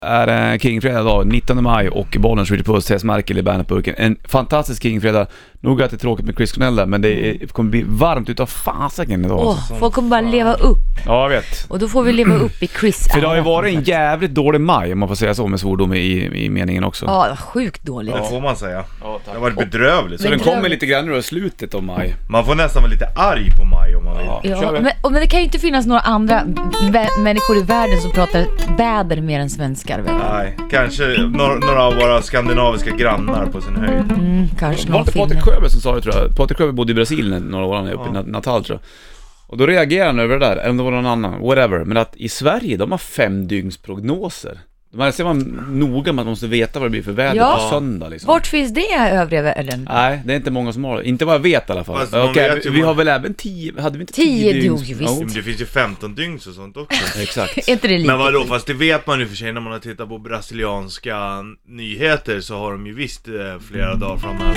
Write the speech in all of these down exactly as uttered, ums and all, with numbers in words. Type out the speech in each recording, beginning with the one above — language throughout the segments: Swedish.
är Kingfredag dag, nittonde maj, och bollen skjuter på Tess Merkel i Bernetburken. En fantastisk Kingfredag. Nog att det är tråkigt med Chris Cornell där, men det är, kommer bli varmt utav fasiken idag. Åh, folk kommer bara leva upp. Ja, jag vet. Och då får vi leva upp i Chris. För det har ju varit en jävligt dålig maj, om man får säga så med svordom i, i meningen också. Ja, sjukt dåligt. Det får man säga. Ja, det har varit bedrövligt. Så den kommer lite grann nu i slutet av maj. Man får nästan vara lite arg på maj om man vill. Ja, Ja, men, och, men det kan ju inte finnas några andra vä- människor i världen som pratar väder mer än svenskar, väl? Nej, kanske några, några av våra skandinaviska grannar på sin höjd. Mm, kanske Var någon det film. Patrik Sjöberg som sa det, tror jag. Patrik Sjöberg bodde i Brasilien några år, han är uppe Ja. i Natal, tror jag. Och då reagerade han över det där, eller om det var någon annan, whatever. Men att i Sverige, de har fem dygns prognoser. Man ser man noga med att man måste veta vad det blir för väder Ja. på söndag liksom. Vart finns det övriga världen? Nej, det är inte många som har det. Inte vad jag vet i alla fall. Fast man Okej, vet ju vi vad- har väl även tio, hade vi inte Tio tio dygns? dygn, visst. Jo, Men det finns ju femton dygns och sånt också. exakt. Är inte det lite? Men vadå, fast det vet man ju för sig när man har tittat på brasilianska nyheter, så har de ju visst eh, flera dagar framöver.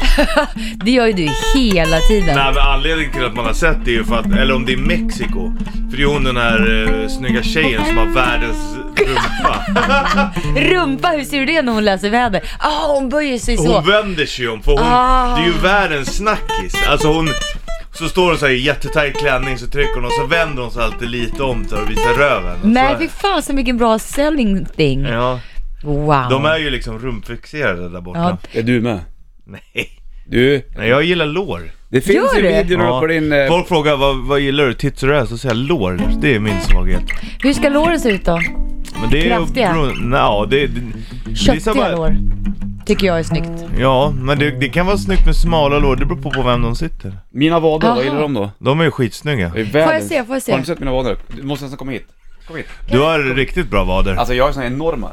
Det gör ju du hela tiden. Nej, men anledningen till att man har sett det är ju för att, eller om det är Mexiko, för det är hon den här eh, snygga tjejen som har världens rumpa. Rumpa, hur ser du det när hon läser väder? Ah, hon böjer sig så. Hon vänder sig om, för hon, Ah. det är ju världens snackis. Alltså hon, så står hon så här i jättetajt klänning, så trycker hon och så vänder hon sig alltid lite om för att visa röven. Och Nej, så, fy fan så mycket bra selling thing. ja, Wow. de är ju liksom rumpfixerade där borta. Ja. Är du med? Nej. Du, Nej, jag gillar lår. det finns Gör en det? video när du Ja. på din... Eh, Folk frågar vad, vad gillar du, tits och ass, och säger lår. Det är min svaghet. Hur ska låren se ut då? Men det är Kraftiga? Bro, no, det, det, det är så Köttiga bara- lår. Tycker jag är snyggt. Ja, men det, det kan vara snyggt med smala lår. Det beror på, på vem de sitter. mina vader, Aha. vad gillar de då? De är ju skitsnygga. Det är Får jag världens- se, får jag se? Har du sett mina vader? Du måste nästan komma hit. Kom hit. Du har riktigt bra vader. Alltså jag är sån här enorma.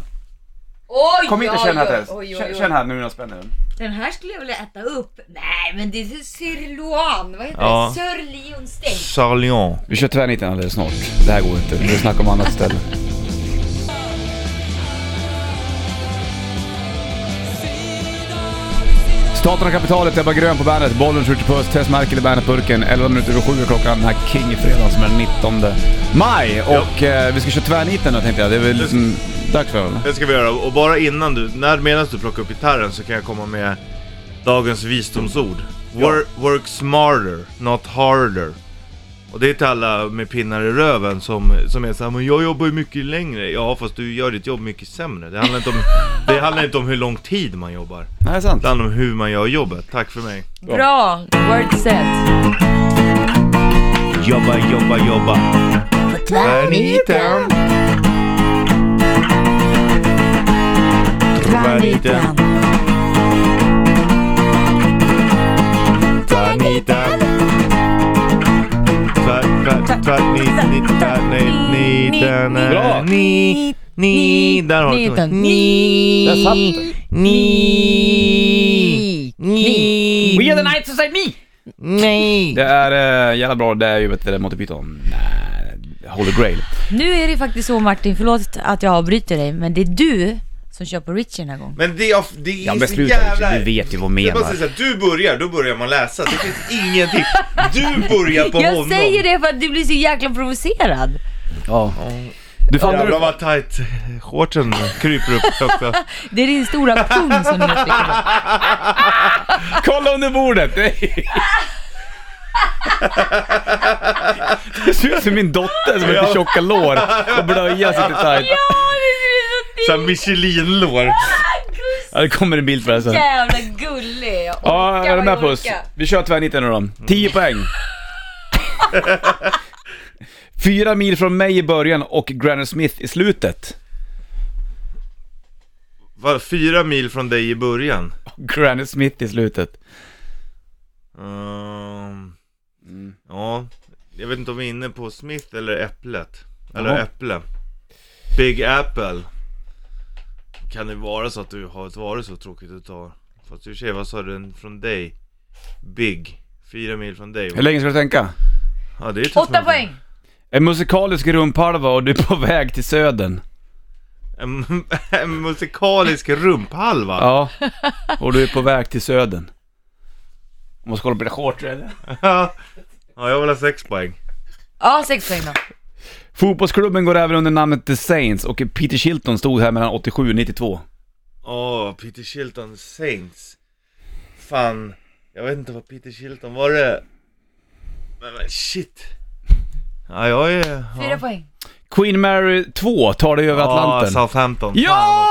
Oj, Kom hit och känn här, Tess. oj, oj, Känn, oj. känn här nu när jag spänner den. Den här skulle jag vilja äta upp. Nej, men det är sirloin. Vad heter Ja. det? Sirloinsteak. Sarlion. Vi kör tvärniten alldeles snart. Det här går inte. Vi snackar om annat istället. Staten och kapitalet, Ebba Grön på bandet. Bollen skjuter puss, Tess Merkel i Bernetburken. elva minuter över sju klockan den här King-fredagen som är den nittonde maj. Och eh, vi ska köra tvärniten då, tänkte jag. Det är väl liksom dags för det. Det ska vi göra. Och bara innan du, när medan du plockar upp gitarren, så kan jag komma med dagens visdomsord. Work, work smarter, not harder. Och det är till alla med pinnar i röven som, som är såhär, men jag jobbar ju mycket längre. Ja, fast du gör ditt jobb mycket sämre. Det handlar inte om, det handlar inte om hur lång tid man jobbar. Nej, det är sant. Det handlar om hur man gör jobbet. Tack för mig. Bra, word set. Jobba, jobba, jobba. Tvärniten. Tvärniten. Tvärniten. Tvärniten. Tvärniten. Bra. Ni, ni, där har du det. Ni. Där satt den. Ni. Ni. We are the Knights Society! Nej. Det är äh, jävla bra, det är ju vet du, Monty Python. Nej, Holy Grail. Nu är det faktiskt så, Martin, förlåt att jag avbryter dig, men det är du som kör på Richie den här gången. Men det är, det är Ja, men så sluta, jävla... du vet ju vad Det är bara menar. så här, du börjar, då börjar man läsa. Det finns ingenting. Du börjar på Jag honom. säger det för att du blir så jäkla provocerad. Ja. Du fan Jävlar du... vad tight shortsen kryper upp också. Det är din stora pung som du trycker på. Kolla under bordet! Det ser ut som min dotter som har Ja. lite tjocka lår och blöja sitter tajt. Ja, det ser Såhär Michelin-lår. Ja, det kommer en bild för det sen. jävla gullig. Jag Ja, orkar, är du med jag puss? orkar. Vi kör tvärniten nu då. tio poäng. Fyra mil från mig i början och Granny Smith i slutet. Var fyra mil från dig i början. Granny Smith i slutet. Um, Mm. ja, jag vet inte om vi är inne på Smith eller äpplet. Eller Jaha. äpple. Big Apple. Kan det vara så att du har ett varit så tråkigt att ta? Fast i och för sig, vad sa du från dig? Big. Fyra mil från dig. Hur länge ska du tänka? Ja, det är Åtta poäng. En musikalisk rumphalva och du är på väg till södern. En, en musikalisk rumphalva. Ja. Och du är på väg till södern. Måste kolla på det short eller? Ja, jag vill ha sex poäng. Ja, sex poäng då. Fotbollsklubben går även under namnet The Saints och Peter Shilton stod här mellan åttiosju och nittiotvå. Åh, oh, Peter Shilton Saints. Fan, jag vet inte vad Peter Shilton var det. Men, men shit. Ja, jag är... Ja. Fyra poäng. Queen Mary två tar det över Atlanten. Ja, Southampton. Ja!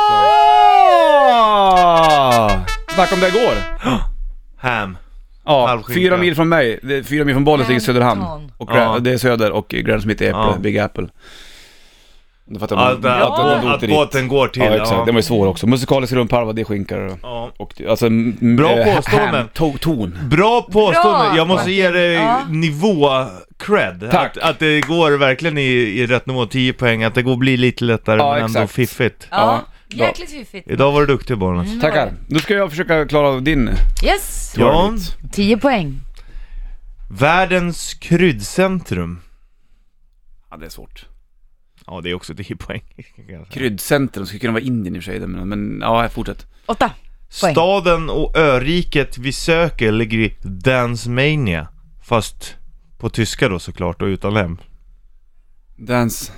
Snacka om det igår. Ham. Ja, Halvskinka. fyra mil från mig. Det är fyra mil från Bollnäs ligger Söderhamn. Hampton. Och Gra- Ja. det är Söder och Grand Smith är Äpple, Ja. Big Apple. Du fattar Ja, man- att, Bra. att, åkte att dit. båten går till. Ja, exakt. Den var ju svår också. Musikalisk rumpalva, det är skinkar. Ja. Och alltså, m- Bra eh, påstående. ham, to- ton. Bra påstående, Bra, jag måste ge dig Ja. nivå cred. Tack. Att, att det går verkligen i, i rätt nivå, tio poäng, att det går bli lite lättare Ja, men ändå exakt. fiffigt. Ja, bra. jäkligt fiffigt. Idag var du duktig Bollnäs. Mm. Tackar. Nu ska jag försöka klara av din. Yes, Ja. tio poäng. Världens kryddcentrum. Ja, det är svårt. Ja, det är också tio poäng. Kryddcentrum skulle kunna vara Indien i och för sig, men, men ja, fortsätt. Åtta poäng. Staden och öriket vi söker ligger i Dansmania. Fast på tyska då såklart och utan lem. Dans...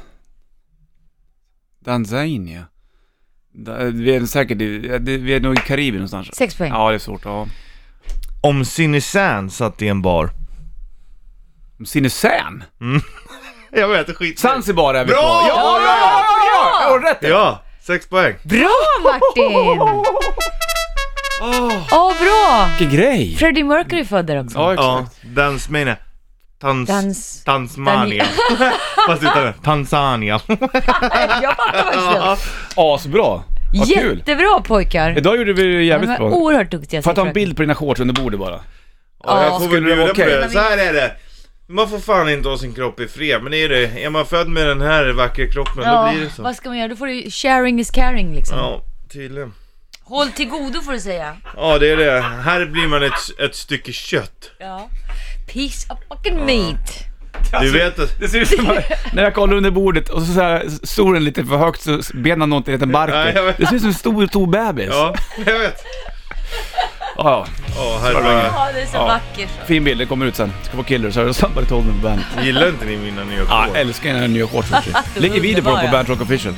Tanzania. Da, vi är säkert i, ja, det- vi är nog i Karibien någonstans. Sex poäng. Ja, det är svårt. Ja. Om Sinizan satt i en bar. Sinizan? Jag vet, det är skit. Zanzibar är vi Bra! på. Ja, ja, ja, ja, ja, jag har rätt. Ja, sex poäng. Bra Martin! Åh, Åh, bra! vilken grej. Freddie Mercury född där också. Ja, Ja, exakt. Dansmania. Tans... Dans... Tanzania. Fast utan det. Tanzania. Jag fattar vad Ja. Asbra. Vad kul. Jättebra pojkar. Idag gjorde vi det De jävligt är bra. oerhört duktiga. Får jag ta en säkert. bild på dina shorts under bordet bara? Ja, jag Ja. får Skulle väl det vara bjuda på okej? det. Så här är det. Man får fan inte ha sin kropp i fred. Men är det, är man född med den här vackra kroppen, Ja, då blir det så. vad ska man göra? Då får du sharing is caring liksom. Ja, tydligen. Håll till godo får du säga. Ja, det är det. Här blir man ett, ett stycke kött. Ja. Piece of fucking meat. Du vet att... Det ser ut som att, när jag kollar under bordet och så, så här, står den lite för högt så benen något i en Nej, jag bark. vet. Det ser ut som en stor, stor bebis. Ja, jag vet. Ja, Ja, herregud. Ja, det är så Ja. vackert. fin bild, det kommer ut sen. Ska få Killer, så är det Somebody Told Me på bandet. Gillar inte ni mina nya Ja, shorts? jag älskar den här nya shortsen. Ligger video på dem på Band Rock Official.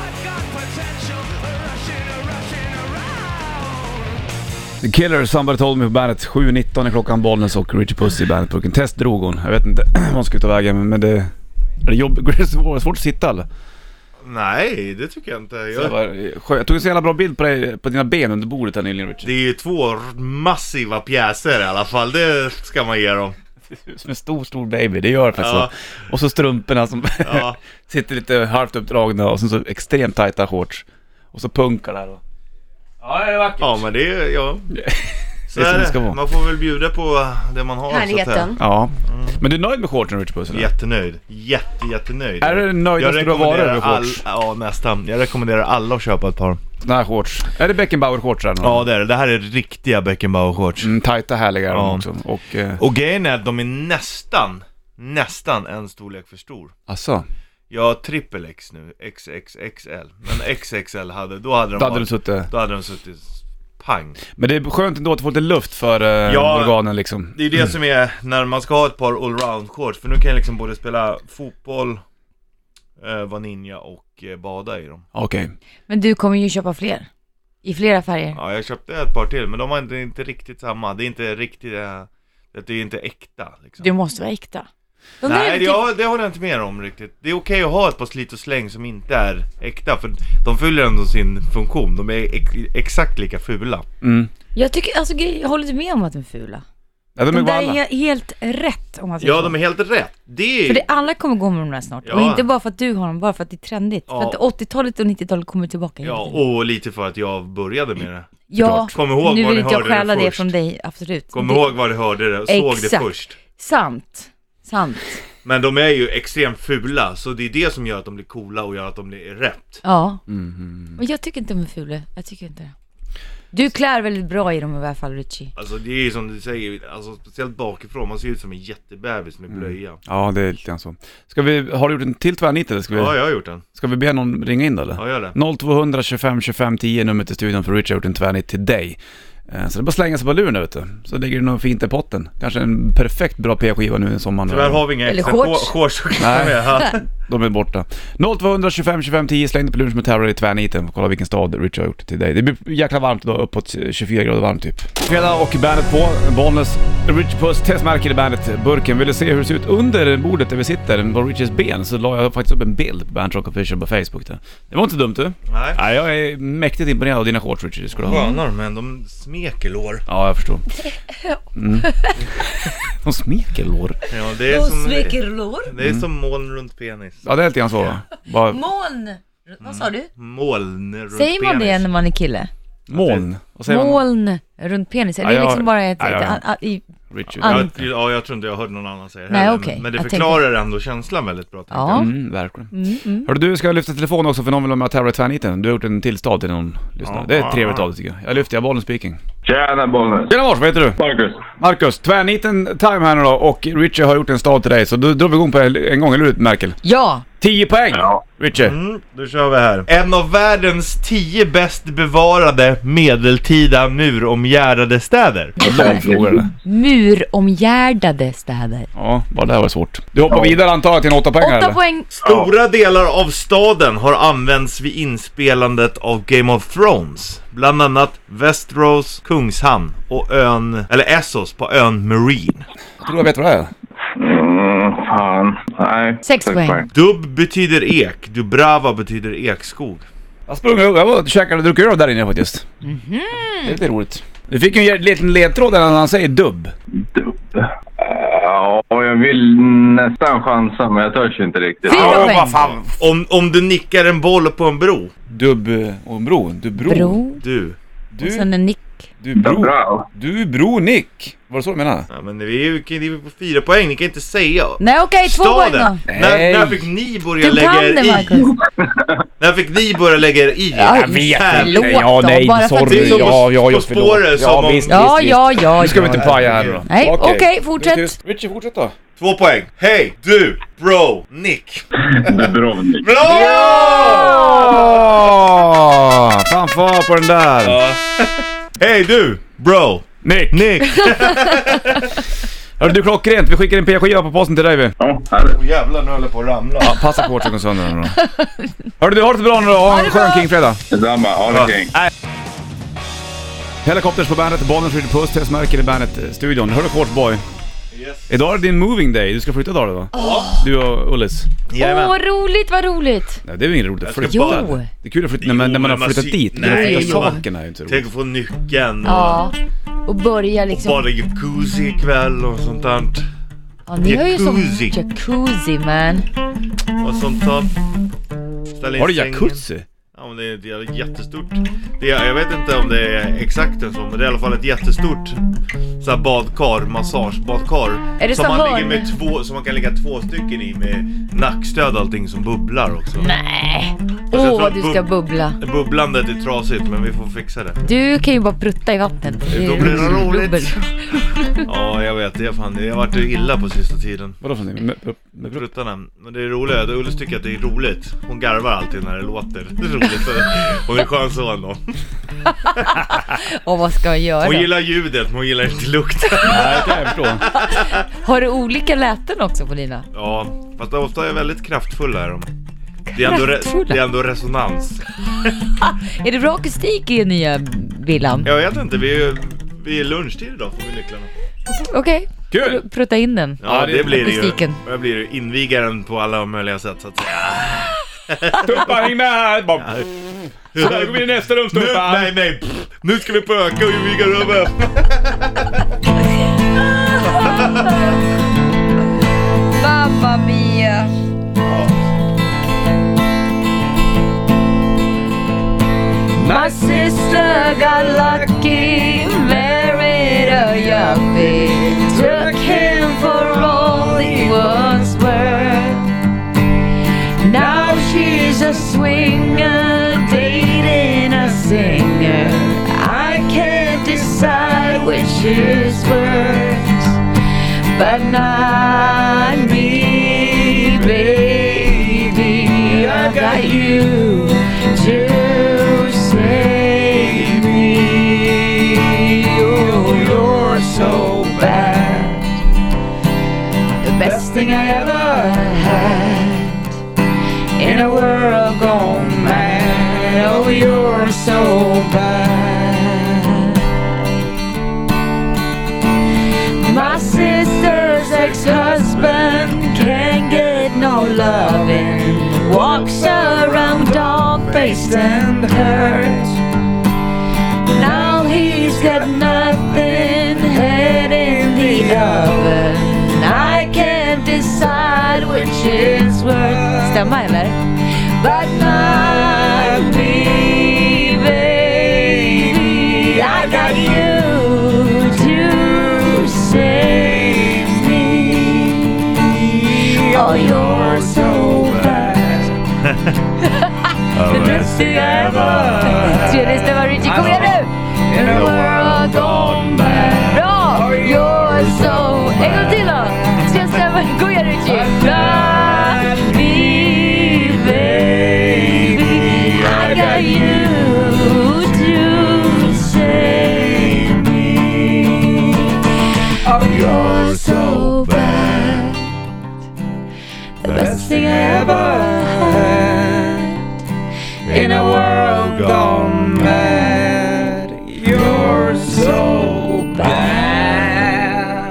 The Killer, Somebody Told Me på bandet. sju nitton är klockan, Bollnäs och Richie Pussy i bandetburken. Test drog hon. Jag vet inte vad hon skulle ta vägen, men- men det... Är det jobb? Är det svårt, svårt att sitta eller? Nej, det tycker jag inte. Så jag, Jag... bara, skö- jag tog en så jävla bra bild på dig, på dina ben under bordet här nyligen, Richie. Det är ju två massiva pjäser i alla fall. Det ska man ge dem. Som en stor, stor baby, det gör faktiskt Ja. så. Och så strumporna som Ja. sitter lite halvt uppdragna och sen så extremt tajta shorts. Och så punkar där. Och... Ja, det är vackert. Ja, men det är... Ja. Så Det är som är det ska det. vara. Man får väl bjuda på det man har. så att säga. Härligheten. Ja. Men du är nöjd med shortsen, Richie Puss? eller? Jättenöjd. Jätte, jättenöjd. Är du nöjdast Jag du har varit rekommenderar över all, shorts? Ja, nästan. Jag rekommenderar alla att köpa ett par. Såna här shorts. Är det Beckenbauer-shorts här? Ja, det är det. Det här är riktiga Beckenbauer-shorts. Mm, tajta, härliga är de Ja. också. Och, eh, Och grejen är att de är nästan, nästan en storlek för stor. alltså, Jag har trippel X nu, X X X L. Men X X L hade, då hade de då hade du varit, suttit... då hade de suttit pang. Men det är skönt ändå att få lite luft för eh, Ja. organen liksom. Det är det som är när man ska ha ett par allround shorts. För nu kan jag liksom både spela fotboll, eh, vara ninja och eh, bada i dem. Okej. Men du kommer ju köpa fler. I flera färger. Ja, jag köpte ett par till, men de var inte, inte riktigt samma. Det är inte riktigt, eh, det är inte äkta liksom. Du måste vara äkta. De där är Nej, det, lite- jag, det håller jag inte med om riktigt. Det är okej att ha ett par slit och släng som inte är äkta, för de fyller ändå sin funktion. De är ex, exakt lika fula. Mm. Jag tycker, alltså grej- jag håller inte med om att de är fula. Ja, de De är där är alla. he- helt rätt om man säger Ja, så. de är helt rätt. Det är... För det, alla kommer gå med de där snart. Ja. Och inte bara för att du har dem, bara för att det är trendigt. Ja. För att åttiotalet och nittiotalet kommer tillbaka hela Ja, tiden. och lite för att jag började med det. Ja, Kom ihåg nu var vill ni inte jag hörde det stjäla det först. från dig, absolut. Kom det, ihåg var du hörde det och såg det Exakt. först. Sant, sant. Men de är ju extremt fula, så det är det som gör att de blir coola och gör att de blir rätt. Ja, Mhm. men jag tycker inte de är fula. Jag tycker inte det. Du klär väldigt bra i dem i alla fall, Richie. Alltså det är ju som du säger, alltså speciellt bakifrån, man ser ut som en jättebebis med blöja. Ja, det är lite grann så. Ska vi, har du gjort en till tvärnit eller ska vi, Ja, jag har gjort den. ska vi be någon ringa in då eller? Ja, gör det. noll två hundra tjugofem tjugofem tio nummer till studion för Richard har gjort en tvärnit till dig. Så det bara slänga sig på luren, vet du. Så ligger det något fint i potten. Kanske en perfekt bra P-skiva nu i sommaren. Tyvärr har vi inga Eller extra shorts. shorts. Nej, de är borta. noll två tjugofem tjugofem tio, släng dig på luren med Terror i tvärniten. Kolla vilken stad Rich har gjort till dig. Det blir jäkla varmt idag, uppåt tjugofyra grader varmt typ. Fredag och bandet på. Bollnäs Rich Puss testmärker i bandet burken. Vill du se hur det ser ut under bordet där vi sitter, på Riches ben, så la jag faktiskt upp en bild på Bandrock Official på Facebook där. Det var inte dumt, du. Nej. Nej, jag är mäktigt imponerad av dina shorts, Richard. Ska du ha? Skönar, men de smeker lår. Ja, jag förstår. Mm. De smeker lår. Ja, det är De som, smeker lår. det är som moln runt penis. Ja, det är helt grann så. Bara Moln. Vad sa du? Moln runt Säger man penis. det när man är kille? moln. Vad säger man? Moln runt penis. Är Ja, det jag- liksom bara ett... ja, ja. ett, a- a- i, Richard. An- Ja, ja, jag tror inte jag hörde någon annan säga det Nej, heller, okej. men, men det Jag förklarar ändå känslan väldigt bra. tänkte Ja. Mm, verkligen. mm, mm. Hörru, du ska lyfta telefon också för någon vill ha med Terror i tvärniten. Du har gjort en tillstad till någon lyssnare. Ja. Det är trevligt av dig, tycker jag. Jag lyfter, jag bollen speaking. Tjena Bollnäs. Tjena Mars, vad heter du? Marcus. Marcus, tvärniten time här nu då, och Richard har gjort en stad till dig, så då drar vi igång på en gång, eller hur Merkel? Ja. tio poäng! Ja. Richard. Mm, då kör vi här. En av världens tio bäst bevarade medeltida muromgärdade städer. Lång fråga det. Muromgärdade städer. Ja, bara det här var svårt. Du hoppar vidare antar jag till en åtta poäng Åtta eller? poäng. Stora delar av staden har använts vid inspelandet av Game of Thrones. Bland annat Westeros, Kungshamn och ön, eller Essos på ön Marine. Jag tror jag vet vad det är. Mm, fan. Nej. Sex poäng. Dubb betyder ek, Dubrava betyder ekskog. Jag sprang jag var och käkade och druckade öl där inne faktiskt. Mm-hmm. Det är lite roligt. Du fick ju en liten ledtråd när han säger dubb. Dubb. Ja, jag vill nästan chansa, men jag törs inte riktigt. Fyra Ja, poäng. vad fan. Om, om du nickar en boll på en bro. Dubb och en bro. Du bro. Bro. Du. Du, Och sen en nick. du bro. Bra. Du bro Nick. Var det så du menade? Ja, men vi är ju vi är på fyra poäng, ni kan inte säga. Nej, okej, två poäng då. Staden. Nej. När, när fick ni börja Du lägga kan er det, i? Marcus. När fick ni börja lägga er i? Ja, Jag vet Här. Förlåt inte. Ja, då, nej, bara för att sorry. Det är som på- Ja, ja, på just förlåt. spåret som Ja, om- visst, Ja, visst, ja, visst. ja. Nu ska vi inte ja. paja här då. Nej, okej, fortsätt. Det är tyst. Richie, fortsätt då. Två poäng. Hej, du, bro, Nick. Bra, Nick. Bra! Åh! Fanfar på den där. Ja. Hej du, bro, Nick. Nick. Hörru du, klockrent. Vi skickar en P-skiva på posten till dig vi. Ja, härligt. Åh jävlar, nu håller på att ramla. Ja, passa på att gå sönder den då. Hörru du, har det så bra nu då. Ha en skön King-fredag. Detsamma. Ha Ja. det king. Helikopters på bandet, Bollnäs Ridge Puss, testmärker i bandet-studion. Hörru Quartzboy. Yes. Idag är det din moving day. Du ska flytta idag va? Du och Ullis. Jajamän. Åh, roligt, vad roligt. Nej, det är väl inget roligt att Jag ska flytta. Jo. Det är kul att flytta när man, när man har Jo, men flyttat man dit. sy- Men att Nej, flytta jo. sakerna är ju inte så Tänk roligt. att få nyckeln och Ja. Och börja liksom... bada jacuzzi ikväll och sånt där. Ja, ni har ju som Jacuzzi. jacuzzi, man. Och sånt där. Ställ in Har du sängen. jacuzzi? Ja, men det är, det är jättestort. Det är, jag vet inte om det är exakt en sån, men det är i alla fall ett jättestort så här badkar, massagebadkar. Är det som så man hörn? ligger med två, som man kan lägga två stycken i med nackstöd och allting som bubblar också. Nej. jag Åh, tror vad att du ska bub- bubbla. Bubblandet är trasigt, men vi får fixa det. Du kan ju bara prutta i vattnet. Det Då är blir det roligt. bubbel. Ja, jag vet. Det är fan, det har varit illa på sista tiden. Vadå för någonting? Med, med, med, med, Pruttarna. Men det är roligt. Ulla tycker att det är roligt. Hon garvar alltid när det låter. Det är roligt. Hon är skön son då. Och vad ska jag göra? Hon gillar ljudet, men hon gillar inte lukten. Nej, det kan jag förstå. Har du olika läten också på dina? Ja, fast ofta är väldigt kraftfulla här. Det är ändå, re- Kraftfulla? det är ändå resonans. Är det bra akustik i nya villan? Jag vet inte, vi är, vi är lunchtid idag får vi nycklarna. Okej, Kul! pr- prutta in den. Ja, Ja, det, det- blir det ju. akustiken. Jag blir ju invigaren på alla möjliga sätt så att säga. Tuppan, häng med här! Bara, så där går vi in i nästa rum, Nu, Tuppan! nej, nej. Pff, nu ska vi på öka och inviga rummet. Mamma mia! My sister got lucky, married a yuppie, took him for all he was worth. Now she's a swinger, dating a singer. I can't decide which is worse, but not me, baby. I got you to save me. you're so bad. My sister's ex-husband can't get no loving, walks around dog-faced and hurt. Now he's got nothing, head in the oven. I can't decide which is worse. Stämmer eller? But not me, baby. I got you to save me. Oh, you're so bad. The best thing ever. Tredje stämma Richie, kom igen nu! In a world gone bad. Bra! You're so... En gång till då! Tredje stämma, kom igen Richie! Not me, baby. I got you to save me. Oh, you're so bad. The best thing I ever had. In a world gone mad. You're so bad.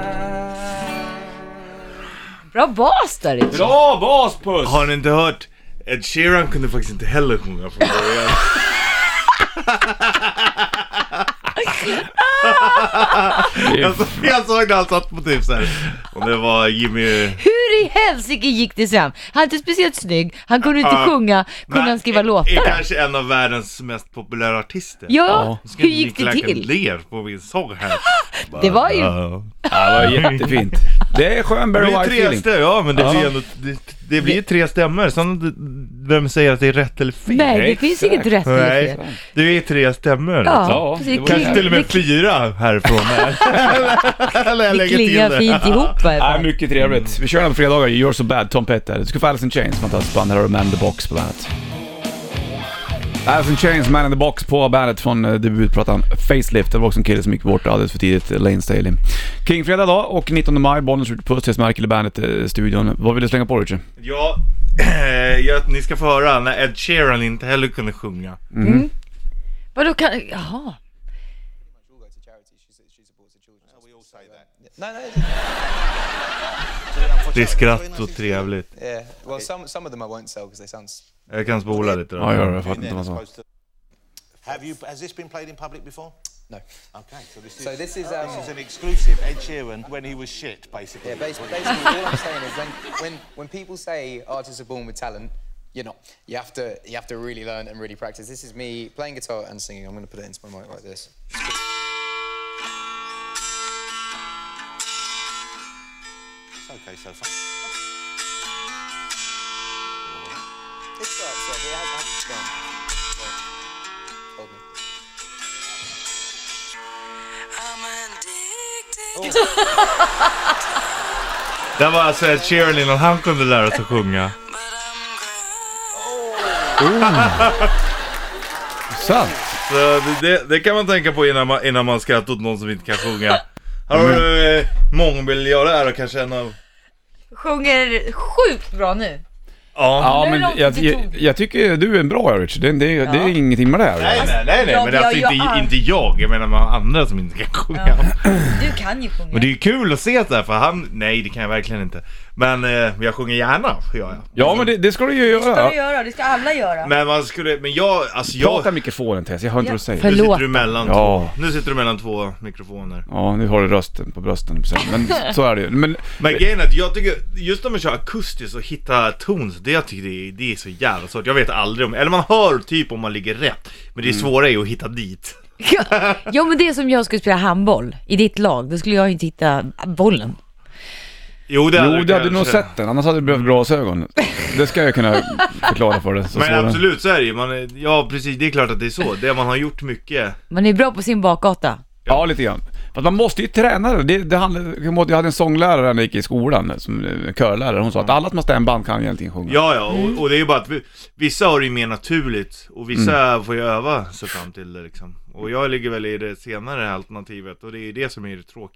Bra bas där, Richie. Bra bas, Puss! Har ni inte hört? Ed Sheeran kunde faktiskt inte heller sjunga från början. jag, så, jag såg när han satt på typ såhär. Och det var Jimmy... Hur i helsike gick det sen? Han är inte speciellt snygg. Han kunde inte Ja. sjunga. Kunde han skriva är, låtar? är kanske en av världens mest populära artister. Ja, Nu ska hur inte gick det Nick Lacken till? ler på min sång här. Det var ju... Ja. Ja, det var jättefint. Det är skön Det Barry blir White tre feeling. stämmor, ja men det Ja. blir ändå, det, det blir tre stämmor. Sen vem säger att det är rätt eller fel? Nej, det Exakt. finns inget rätt eller Nej, fel. det är tre stämmor. Ja, Ja, precis. det var Kanske till och med Det kling- fyra härifrån här. Eller jag det lägger till klingar det. fint ihop. Nej, Här. mycket trevligt. Vi kör den på fredagar. You're so bad, Tom Petty. Du ska få Alice in Chains, fantastiskt band. Här har du Man in the Box på bandet. Alice in Chains, Man in the Box på bandet från uh, debutplattan Facelift. Det var också en kille som gick bort alldeles för tidigt, Lane Staley. King-fredag då, och nittonde maj, Bollnäs skjuter puss till Märkel i bandet uh, studion. Vad vill du slänga på, Richard? Ja, ja, ni ska få höra när Ed Sheeran inte heller kunde sjunga. Mm. Vadå kan... Jaha. No, no. Det är skratt och trevligt. Yeah. Well, some some of them I won't sell because they sound. Jag kan spola lite då. Ja, gör det. Jag fattar inte vad han sa. Have you? Has this been played in public before? No. Okay, so this is So this is this um. is an exclusive. Ed Sheeran when he was shit, basically. Yeah, basically, basically all I'm saying is when when when people say artists are born with talent, you're not. You have to you have to really learn and really practice. This is me playing guitar and singing. I'm going to put it into my mic like this. It's okay so far. It starts off. It has to have a strong. Hold me. Det var alltså Ed Sheeran innan han kunde lära sig sjunga. Sant. Så det, det, det kan man tänka på innan man, innan man skrattar åt någon som inte kan sjunga. Har du eh, mångmiljardär och kanske en av... Sjunger sjukt bra nu. Ja. Ja, Hur men lång jag, tid jag, tog? jag tycker du är en bra, Richard. Det, det, det är Ja. ingenting med det här. Nej, nej, nej, nej. jag- men det är alltså jag- inte, jag- inte jag. Jag menar med andra som inte kan sjunga. Du kan ju sjunga. Men det är ju kul att se så här, för han... Nej, det kan jag verkligen inte. Men eh, jag sjunger gärna, gör jag. Ja, men det, det ska du ju Det ska göra. du göra, det ska alla göra. Men man skulle... Men jag... Alltså jag... Prata mikrofonen, Tess. Jag hör inte vad du säger. Nu Förlåt. sitter du mellan Ja. två. Nu sitter du mellan två mikrofoner. Ja, nu har du rösten på brösten. Men så är det ju. Men Men grejen är att jag tycker, just när man kör akustiskt och hittar tones, det jag tycker det är, det är så jävla svårt. Jag vet aldrig om, eller man hör typ om man ligger rätt. Men det är svårare ju att hitta dit. Ja, men det är som jag skulle spela handboll i ditt lag. Då skulle jag inte hitta bollen. Jo, det jo, hade du hade kanske. nog sett den. Annars hade du behövt glasögon. Det ska jag kunna förklara för dig. Så Men svårare. absolut så är det ju. Man är, ja, precis, det är klart att det är så. Det man har gjort mycket. Man är bra på sin bakgata. Ja, lite grann. Fast man måste ju träna det. det, det handlar, jag hade en sånglärare när jag gick i skolan, som eh, körlärare. Hon sa att alla som har stämband kan egentligen sjunga. Ja, ja, och, och det är ju bara att vi, vissa har det ju mer naturligt. Och vissa Mm. får ju öva sig fram till det liksom. Och jag ligger väl i det senare alternativet. Och det är ju det som är det tråkiga.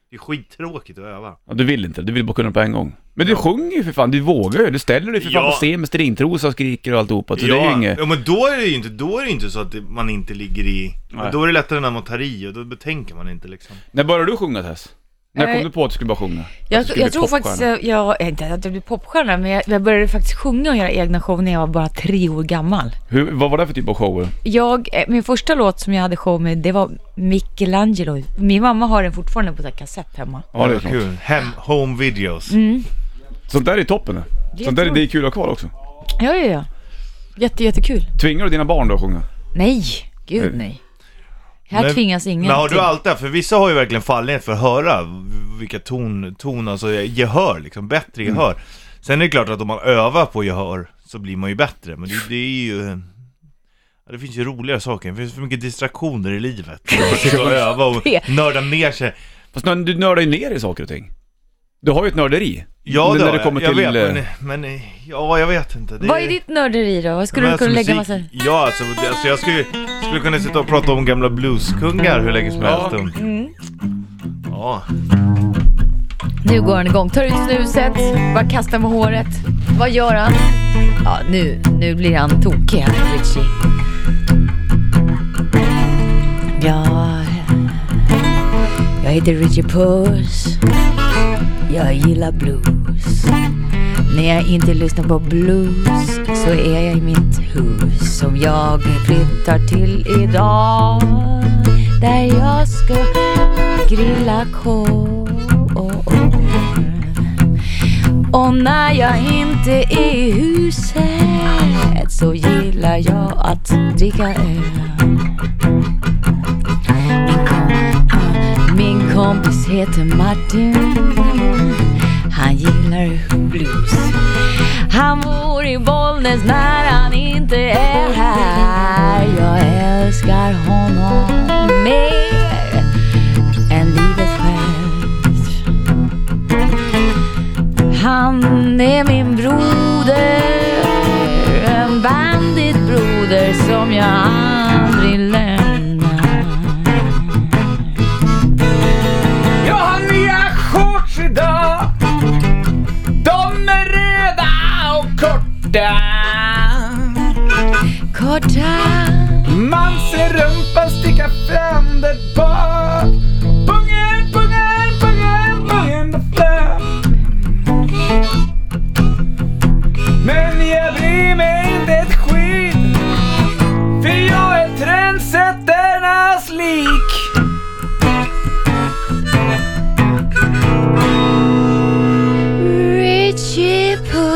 Det är skittråkigt att öva. Ja, du vill inte, du vill bara kunna på en gång. Men du ja. sjunger ju för fan, du vågar ju. Du ställer dig för fan ja. på scen med stringtrosa och skriker och alltihopa. Så ja. det är ju inget... ja, men då är det ju inte, då är det inte så att det, man inte ligger i... Då är det lättare när man tar i och då betänker man inte liksom. När började du sjunga, Tess? När kom äh, du på att du skulle bara sjunga? Jag, jag tror faktiskt, jag, inte att jag blev popstjärna, men jag, jag började faktiskt sjunga och göra egna show när jag var bara tre år gammal. Hur, vad var det för typ av show? Jag, min första låt som jag hade show med, det var Michelangelo. Min mamma har den fortfarande på så här kassett hemma. Ja, det är kul. Hem, home videos. Mm. Sånt där är toppen. Det Sånt där är det är kul att ha kvar också. Ja, ja, ja. Jätte, jättekul. Tvingar du dina barn då att sjunga? Nej, gud nej. Här men, tvingas ingen. Men har du allt det? För vissa har ju verkligen fallenhet för att höra vilka ton, ton alltså gehör, liksom bättre gehör. Mm. Sen är det klart att om man övar på gehör så blir man ju bättre. Men det, det är ju... Ja, det finns ju roligare saker. Det finns för mycket distraktioner i livet. Man sitter och öva och nörda ner sig. Fast du nördar ju ner i saker och ting. Du har ju ett nörderi. Ja, när då, det kommer jag, till... jag vet, men, men ja, jag vet inte. Det Vad är ditt nörderi då? Vad skulle men du kunna alltså, lägga musik, massa... Ja, alltså, alltså jag skulle, skulle kunna sitta och prata om gamla blueskungar hur länge som helst. Ja. Mm. Ja. Nu går han igång. Tar ut snuset, bara kastar med håret. Vad gör han? Ja, nu, nu blir han tokig här, Richie. Ja, jag heter Richie Puss. Jag gillar blues. När jag inte lyssnar på blues så är jag i mitt hus som jag flyttar till idag, där jag ska grilla kol. Och när jag inte är i huset så gillar jag att dricka öl. Min, kom, min kompis heter Martin. Han gillar blues. Han bor i Bollnäs när han inte är här. Jag älskar honom mer än livet självt. Han är min broder, en banditbroder som jag aldrig lämnar. Jag har nya shorts idag. De är röda och korta. Korta. Man ser rumpan sticka fram där bak. Pungen, pungen, pungen, pungen där fram. Men jag bryr mig inte ett skit, för jag är trendsätternas lik. Richie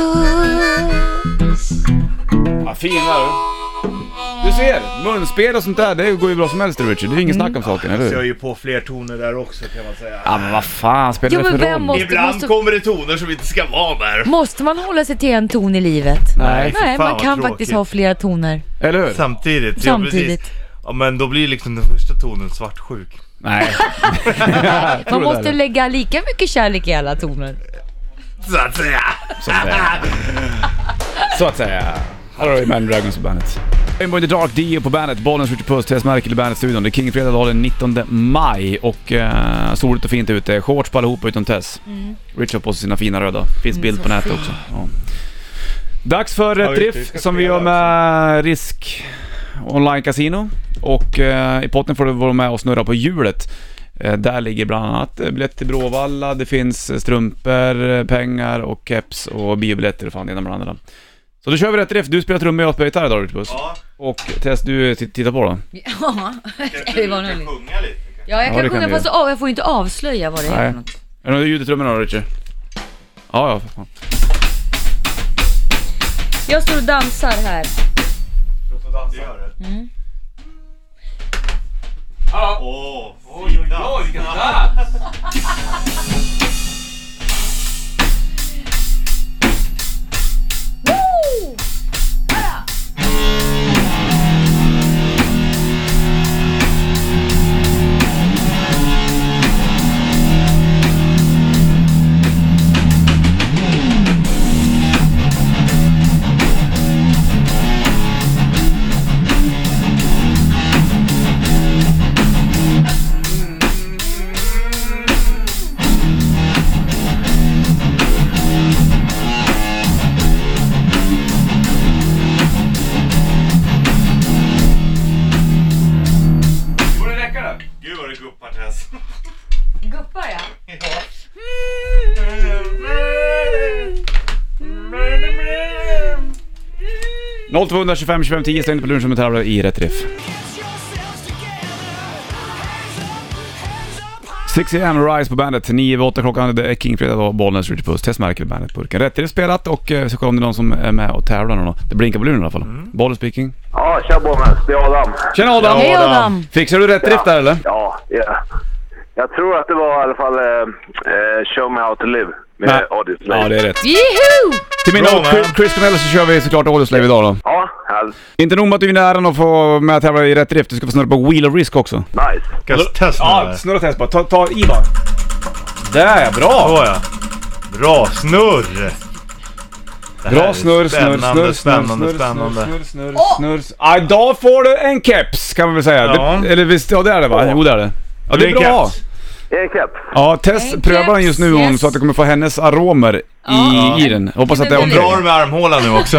Puss. Ja, fin var du. Du ser, munspel och sånt där, det går ju bra som helst, Richard. Det är ingen snack om saken, eller hur? Jag är ju på fler toner där också, kan man säga. Ja, men vad fan, spelar det för roll? Måste, Ibland måste... kommer det toner som inte ska vara där. Måste man hålla sig till en ton i livet? Nej, Nej, man kan faktiskt ha flera toner. Eller hur? Samtidigt. Samtidigt. Ja, ja, men då blir liksom den första tonen svartsjuk. Nej. Man måste lägga lika mycket kärlek i alla toner. Så att säga. Så att säga. Så att säga. Här har vi Imagine Dragons på bandet. Rainbow in the Dark, Dio på bandet, Bollnäs Richard Puss, Tess Merkel i bandet-studion. Det är King-fredag dag den nittonde maj och uh, soligt och fint ute. Shorts på allihopa utom Tess. Mm. Richard på sina fina röda. Finns mm, bild på nätet fin. Också. Ja. Dags för Rätt Riff som vi gör med Risk Online Casino. Och uh, i potten får du vara med och snurra på hjulet. Uh, där ligger bland annat biljett till Bråvalla. Det finns strumpor, pengar och keps och biobiljetter. Fan, det ena bland andra. Så då kör vi Rätt Riff. Du spelar trummor och jag spelar gitarr idag, Richard Puss. Ja. Och Tess, du t- tittar på då. Ja, det var nog. Sjunga lite. Ja, jag kan ja, sjunga, fast oh, jag får inte avslöja vad det är. Nej. För något. Är det något ljud i trummorna då, Richard? Ja, ja, för fan. Jag står och dansar här. Låt oss dansa. Gör det. Mm. Åh, oh, oj, oj, oj, vilken dans! Woo! alltså. Guppar ja. noll två tjugofem tjugofem tio stängde på lunchen med tävlar i rätt riff. sex a m Rise på bandet, nio åtta klockan, det är King Fredag och Bollnäs Richard Puss, testmärker bandet burken. Rätt riff spelat och så kommer det någon som är med och tävlar nu. Det blinkar på luren i alla fall. Mm. Bollnäs speaking. Ja, tja Bollnäs, det är Adam. Tjena Adam! Hej Adam! Fixar du rätt Ja. riff där eller? Ja, ja. Jag tror att det var i alla fall eh, Show Me How To Live med Nej. Audioslave. Ja, det är rätt. Juhu! Till min Bra, och Chris, Chris Cornell så kör vi såklart Audioslave idag då. Ja, härligt. Inte nog med att du vinner äran att få med att tävla i rätt riff, du ska få snurra på Wheel of Risk också. Nice. Ska jag testa Ja, det? snurra test bara. Ta, ta i bara. Där är bra! Så ja. Bra snurr! Det här Bra är snurr, snurr, spännande, snurr, spännande, snurr, spännande. snurr, snurr, snurr, snurr. Ja, idag får du en keps kan man väl säga. Ja. Det, eller visst, ja det är det va? Jo det är det. Ja, det är en bra. keps. En keps. Ja, Tess En prövar den keps, just nu hon, yes. så att det kommer få hennes aromer Ja. i, i den. Hoppas att det är Hon okej. Drar du med armhålan nu också?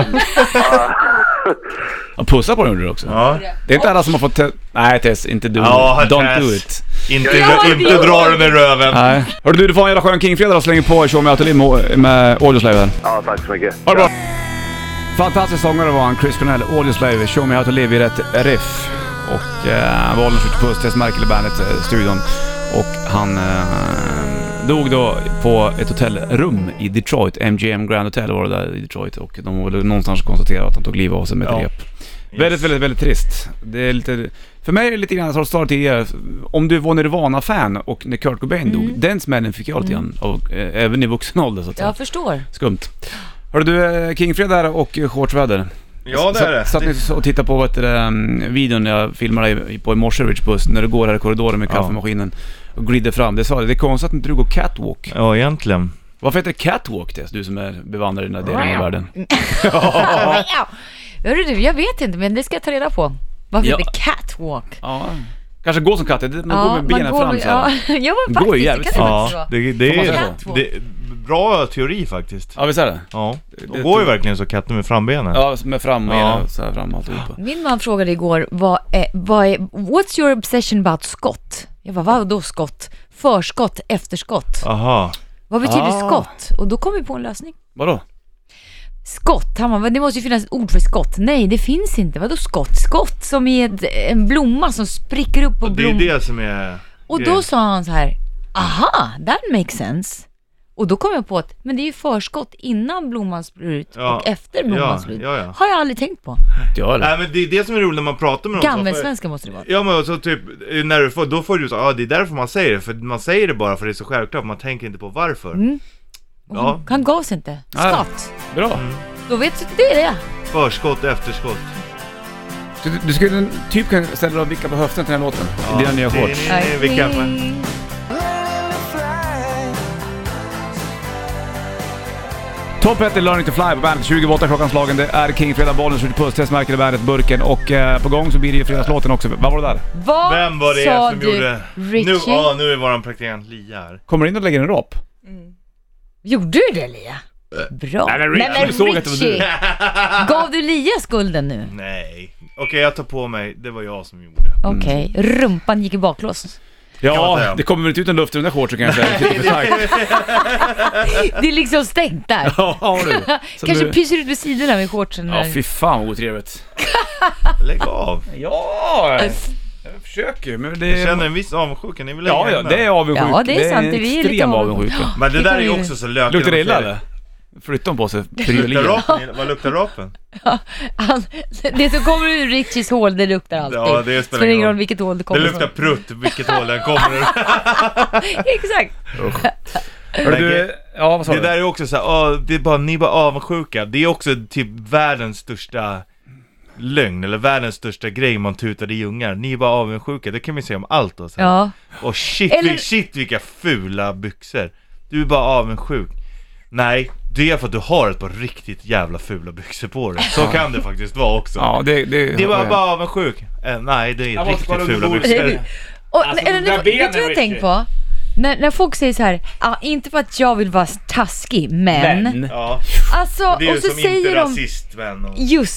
Ja, pussa på den gjorde du också. Ja. Det är inte alla som har fått te- Nej Tess, inte du. Ja, Don't Tess. do it. Inte, Ja, det inte gör dra den i röven. Nej. Hörru du, du får en jävla skön King-fredag och slänger på Show Me How To Live med, med Audioslave här. Ja, tack så mycket. Ha det bra. Fantastisk sångare var han, Chris Cornell, Audioslave, Show Me How To Live i rätt riff. Och eh, han var alldeles på Tess Merkel bandet eh, studion. Och han eh, dog då på ett hotellrum i Detroit, M G M Grand Hotel var det där i Detroit. Och de var väl någonstans konstaterat att han tog livet av sig med ett Ja. rep. Väldigt, väldigt, väldigt trist. Det är lite, för mig är det lite grann som jag sa tidigare, om du var Nirvana-fan och när Kurt Cobain dog, den smällen fick jag lite grann, och, eh, även i vuxen ålder så att säga. Jag förstår. Skumt. Hörru du, eh, King-fredag här och eh, shortsväder. Ja, det är det. S- Satt ni och tittade på vad heter det, um, videon jag filmade dig på i morse, Rich Puss, när du går här i korridoren med Ja. kaffemaskinen och glider fram. Det sa det, det är konstigt att inte du går catwalk. Ja, egentligen. Varför heter det catwalk, Tess, du som är bevandrad i den här delen av världen? Ja. Hörru du, jag vet inte, men det ska jag ta reda på. Varför Ja. heter det catwalk? Ja, kanske gå som katter, det- man går med benen går fram med- så här. Ja, ja men Det går ju faktiskt, jävligt det kan det Ja, faktiskt vara. det, det, Får man är, säga så? det är bra teori faktiskt. Ja, visst är det? Ja, Det- de går ju verkligen så katter med frambenen. Ja, med fram och Ja. ena, så här fram och alltihopa. Min man frågade igår, vad är, vad är, what's your obsession about skott? Jag bara, vad då skott? Förskott, efterskott. Aha. Vad betyder Ah. skott? Och då kom vi på en lösning. Vadå? Skott, han bara, det måste ju finnas ett ord för skott. Nej, det finns inte. Vadå skott? Skott som är ett, en blomma som spricker upp på Det är blom. det som är... Och då grejen. sa han så här, aha, that makes sense. Och då kom jag på att, men det är ju förskott innan blomman spricker ut Ja. och efter blomman Ja, spricker ut. ja, ja. Har jag aldrig tänkt på. Ja, eller? Nej, men det är det som är roligt när man pratar med någon. så, för- Gammelsvenska måste det vara. Ja, men så typ, när du får, då får du så, ja det är därför man säger det. För man säger det bara för det är så självklart, man tänker inte på varför. Mm. Och Ja. han, han gav sig inte. Nej. Skott. Bra. Då vet du, det är det. Förskott, efterskott. Du, du skulle typ kunna ställa dig och vicka på höften till den här låten. I dina nya shorts. Nej, vilka... Topp ett är Learning to Fly på bandet, tjugoåtta klockan slagen. Det är King Fredag, bollen, skjuter puss, testmärker i bandet, burken. Och eh, på gång så blir det ju fredagslåten också. Vad var det där? Vad Vem var det sa som du, gjorde... Richie? Nu, ja, nu är våran praktikant Lia här. Kommer in och lägger en rap? Gjorde du det, Lia? Bra. Nej, men Richie, jag såg att det var du. Richie. Gav du Lia skulden nu? Nej. Okej, jag tar på mig. Det var jag som gjorde. Okej, rumpan gick i baklås. Kan man Ja, säga. det kommer väl inte ut en luft i den där shortsen kanske. Det är för tajt. Det är liksom stängt där. Ja, du. Så Kanske nu- pyser ut med sidorna med shortsen. Ja, där. fy fan vad otrevligt. Lägg av. Ja, jag försöker ju, men det Jag är... känner en viss avundsjuka. Ni vill Ja, ja, det är avundsjuka. Ja, det är sant, vi är lite extrem avundsjuka. avundsjuka. Men det Det där kan är ju vi- också så lökigt. Luktar det illa eller? Flyttar de på sig? Luktar Priolia. rapen? Vad luktar rapen? Han, det som kommer ur Richies hål, det luktar alltid. Ja, det spelar ingen ingen roll roll. vilket hål det Det kommer luktar prutt, vilket håll den kommer ur. från. Exakt. Hörru du, ja vad sa Det du? där är också så här, åh, det är bara, ni är bara avundsjuka. Det är också typ världens största lögn, eller världens största grej man tutar i ungar. Ni är bara avundsjuka, det kan vi säga om allt då. Så här. Ja. Och shit, Eller- vil- shit vilka fula byxor. Du är bara avundsjuk. Nej, det är för att du har ett par riktigt jävla fula byxor på dig. Så kan det faktiskt vara också. Ja, det... Det, Det var bara avundsjuk. Eh, nej, det är Jag måste riktigt kolla fula under byxor. Och, Alltså, eller, de där nu, benen, vet du vad jag tänker på? När, när folk säger så här, ah, inte för att jag vill vara taskig, men... Men. Ja, Alltså, det är ju och så som säger inte de... rasist, vän. Och... Just det.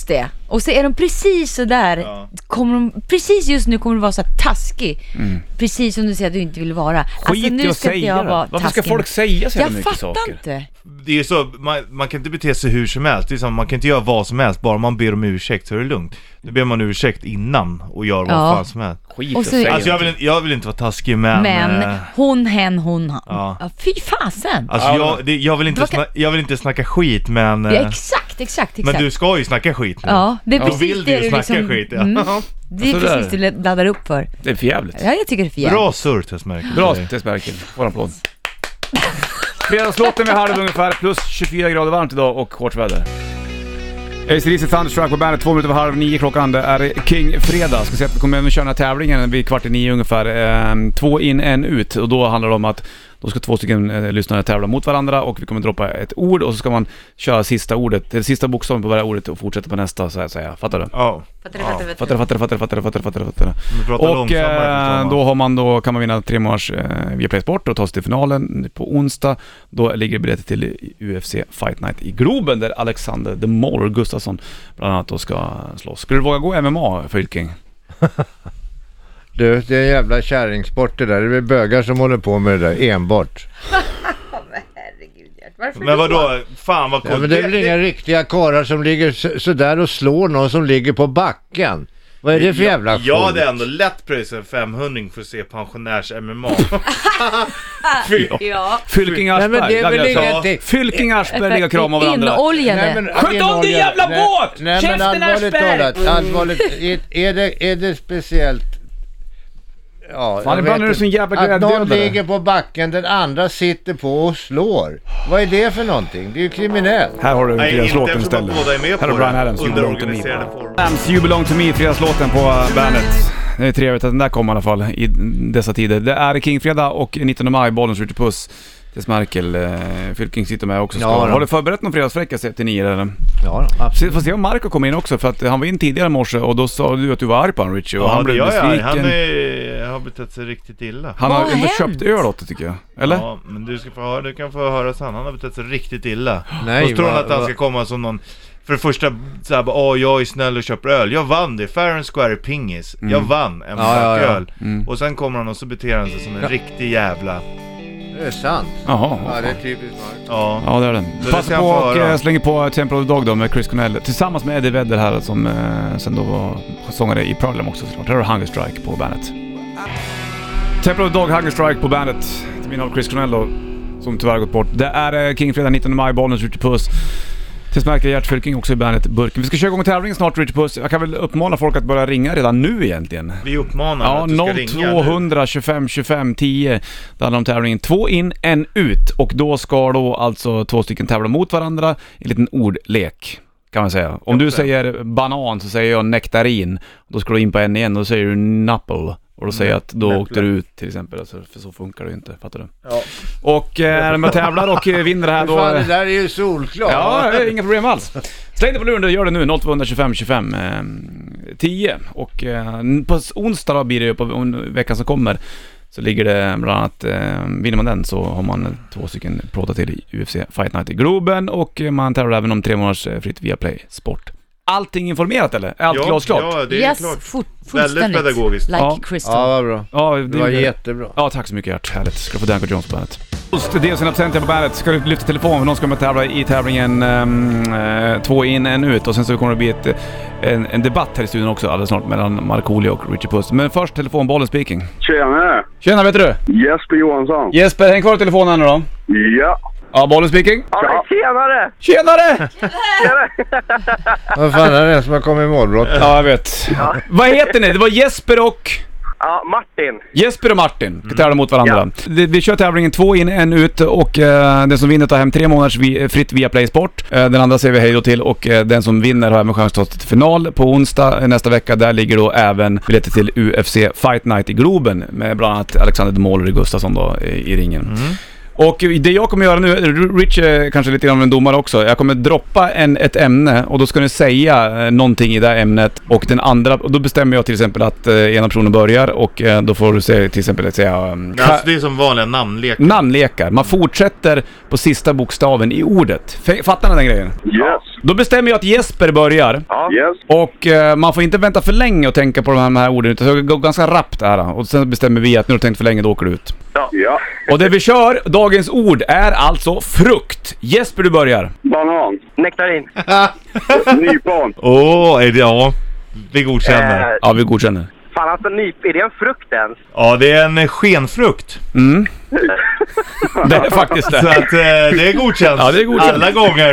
Och så är de precis så där. Ja. Kommer de, precis just nu kommer du vara så här taskig. Mm. Precis som du säger att du inte vill vara. Skit i nu att ska inte säga jag det. vara Varför ska taskig. folk säga så Jag mycket fattar saker? inte. Det är så, man, man kan inte bete sig hur som helst. Det är som, man kan inte göra vad som helst. Bara man ber om ursäkt så är det lugnt. Nu ber man ursäkt innan och gör vad Ja. fan som helst. Skit Och och så- säga. Alltså jag vill, jag vill inte vara taskig men... Men eh, hon, hen, hon, han. Ja. Ja, fy fasen. Alltså Ja, jag, det, jag, vill inte Vad kan- sna, jag vill inte snacka skit men... eh, Ja, exakt, exakt, exakt. men du ska ju snacka skit nu. Ja, det är Då precis vill du det ju du snacka liksom... skit, ja. Mm, det är Sådär. precis det du laddar upp för. Det är för jävligt. Ja, jag tycker det är för jävligt. Bra surr testmärke. Bra testmärken. Får en applåd. Fredagslåten vid halv ungefär, plus tjugofyra grader varmt idag och hårt väder. A C D C Thunderstruck på bandet, två minuter över halv nio klockan. Det är King fredag. Ska se att vi kommer att köra den här tävlingen vid kvart i nio ungefär. Ehm, två in, en ut. Och då handlar det om att då ska två stycken eh, lyssnare tävla mot varandra och vi kommer droppa ett ord och så ska man köra sista ordet, det sista bokstaven på varje ordet och fortsätta på nästa, så här säger jag. Fattar du? Ja. Fattar du, fattar du, Fattar du, fattar du, fattar du, fattar du, fattar du, fattar du, fattar du. Vi pratar Och långsammare, eh, förstår man. då har man då, kan man vinna tre månaders eh, Viaplay Sport och ta sig till finalen på onsdag. Då ligger biljetter till U F C Fight Night i Globen där Alexander The Mauler Gustafsson bland annat då ska slåss. Skulle du våga gå M M A, Fylking? Du, det är en jävla kärringsport det där. Det är väl bögar som håller på med det där enbart. Men vadå? Fan vad Ja, coolt. men det är väl inga riktiga karlar som ligger så, så där och slår någon som ligger på backen. Vad är det för jävla skit? Jag hade ändå lätt pröjsat femhundring för att se pensionärs-M M A. Fy. Ja. Fylking Nej, Aschberg. men det är där väl vill jag ta. ingenting. Fylking Aschberg ligger och kramar varandra. Inoljade. Sköt om din jävla nej, båt! Nej, men Käften, allvarligt Aschberg! talat, allvarligt, är, är, det, är det speciellt... Ja, Fan, jag ibland vet är du inte. sån jävla att någon gräddödare. ligger på backen, den andra sitter på och slår. Vad är det för någonting? Det är ju kriminellt. Här har du Nej, fredagslåten inte eftersom istället. båda är med Här har på Brian det. Adams, You Belong To Me. Underorganiserade former. Adams, You Belong To Me, fredagslåten på bandet. Det är trevligt att den där kommer i alla fall i dessa tider. Det är King-fredag och nittonde maj, Bollens Ritchie Puss. Tess Merkel, eh, Fylking sitter med också. Ska. Ja, då. Har du förberett någon fredagsfräcka till nio eller? Ja, Se, får se om Marco kom in också, för att han var in tidigare i morse och då sa du att du var arg på han, Richie, och Ja, han det blev gör jag. besviken. Han är, har betett sig riktigt illa. Han Vad har har ändå hänt? köpt öl åt det, tycker jag. Eller? Ja, men du, ska få höra, du kan få höra sen. Han har betett sig riktigt illa. Nej, och så tror han vad- att han ska vad- komma som någon... För det första, såhär bara, åh jag är snäll och köper öl. Jag vann det, fair and square pingis. Jag vann en Ja, ja, back ja. öl. Mm. Och sen kommer han och så beter han sig som en riktig jävla... det är sant. Jaha. Ja, det är typiskt Mark. Ja. Ja, det är den. det Passa ska han på få och höra. eh, slänger på Temple of the Dog då med Chris Cornell tillsammans med Eddie Vedder här som eh, sen då var sångare i Pearl Jam också såklart. Här har du Hunger Strike på bandet. Temple of the Dog, Hunger Strike på bandet. Till min av Chris Cornell då, som tyvärr gått bort. Det är eh, King-fredag nittonde maj, Bollnäs, Ritchie Puss. Tills märker Gert Fylking också i bandet Burken. Vi ska köra igång tävlingen snart, Ritchie Puss. Jag kan väl uppmana folk att börja ringa redan nu egentligen. Vi uppmanar Ja, att du ska noll ringa två nu. hundra tjugofem tjugofem tio. Det handlar om tävlingen två in, en ut. Och då ska då alltså två stycken tävla mot varandra i en liten ordlek, kan man säga. Om du säger banan så säger jag nektarin. Då ska du in på en igen och då säger du nappel. Och då säger jag att då Näpple. åkte du ut till exempel. Alltså, för så funkar det ju inte, fattar du? Ja. Och eh, när man tävlar och eh, vinner det här Men då... fan, det där är ju solklart. Ja, det är inga problem alls. Släng dig på luren, gör det nu. noll två tjugofem tjugofem eh, tio. Och eh, på onsdag då blir det ju på on- veckan som kommer. Så ligger det bland annat, eh, vinner man den så har man två stycken plåtar till i U F C Fight Night i Globen. Och eh, man tävlar även om tre månaders eh, fritt via Play Sport. Allting informerat eller? Är allt Ja, glasklart? ja, det är Yes, klart. fort, Väldigt fullständigt. pedagogiskt. Like Ja. crystal. Ja, vad bra. Ja, Det var jättebra. Ja, tack så mycket Gert. Härligt. Ska få Danko Jones på bandet. Det är sina absenter på bandet. Ska du lyfta telefonen för någon ska med tävla i tävlingen um, uh, två in, en ut. Och sen så kommer det bli ett, en, en debatt här i studion också alldeles snart mellan Markoolio och Ritchie Puss. Men först telefonbollen speaking. Tjena! Tjena, vet du? Jesper Johansson. Jesper, häng kvar i telefonen nu då. Ja. Ja, bollen speaking. Ja, tjenare! Tjenare! Vad fan är det som har kommit i målbrott? Ja, jag vet. Vad heter ni? Det var Jesper och... Ja, Martin. Jesper och Martin ska tävla mot varandra. Vi, vi kör tävlingen två in, en ut och eh, den som vinner tar hem tre månaders vi, fritt via Play Sport. Eh, den andra säger vi hej då till och eh, den som vinner har även chans att ta sig till final på onsdag nästa vecka. Där ligger då även biljetter till U F C Fight Night i Globen med bland annat Alexander de Mauler Gustafsson då i, i ringen. Mm. Och det jag kommer göra nu, Rich är kanske lite grann en domare också. Jag kommer droppa en, ett ämne och då ska ni säga eh, någonting i det här ämnet och den andra, och då bestämmer jag till exempel att eh, ena personen börjar och eh, då får du säga, till exempel säga um, Ja, alltså det är som vanliga namnlekar. namnlekar. Man fortsätter på sista bokstaven i ordet. F- fattar ni den grejen? Yes. Då bestämmer jag att Jesper börjar. Ja. Yes. Och eh, man får inte vänta för länge och tänka på de här, de här orden. Utan det går ganska rappt det här. Och sen bestämmer vi att när du tänkt för länge, då åker du ut. Ja. ja. Och det vi kör, dagens ord, är alltså frukt. Jesper, du börjar. Banan. Nektarin. Nypon. Åh, oh, ja. Vi godkänner. Eh, Ja, vi godkänner. fan alltså, nyp, är det en frukt ens? Ja, det är en skenfrukt. Mm. Det är faktiskt det. Så att eh, det är godkänt. Ja, det är godkänt. Alla gånger.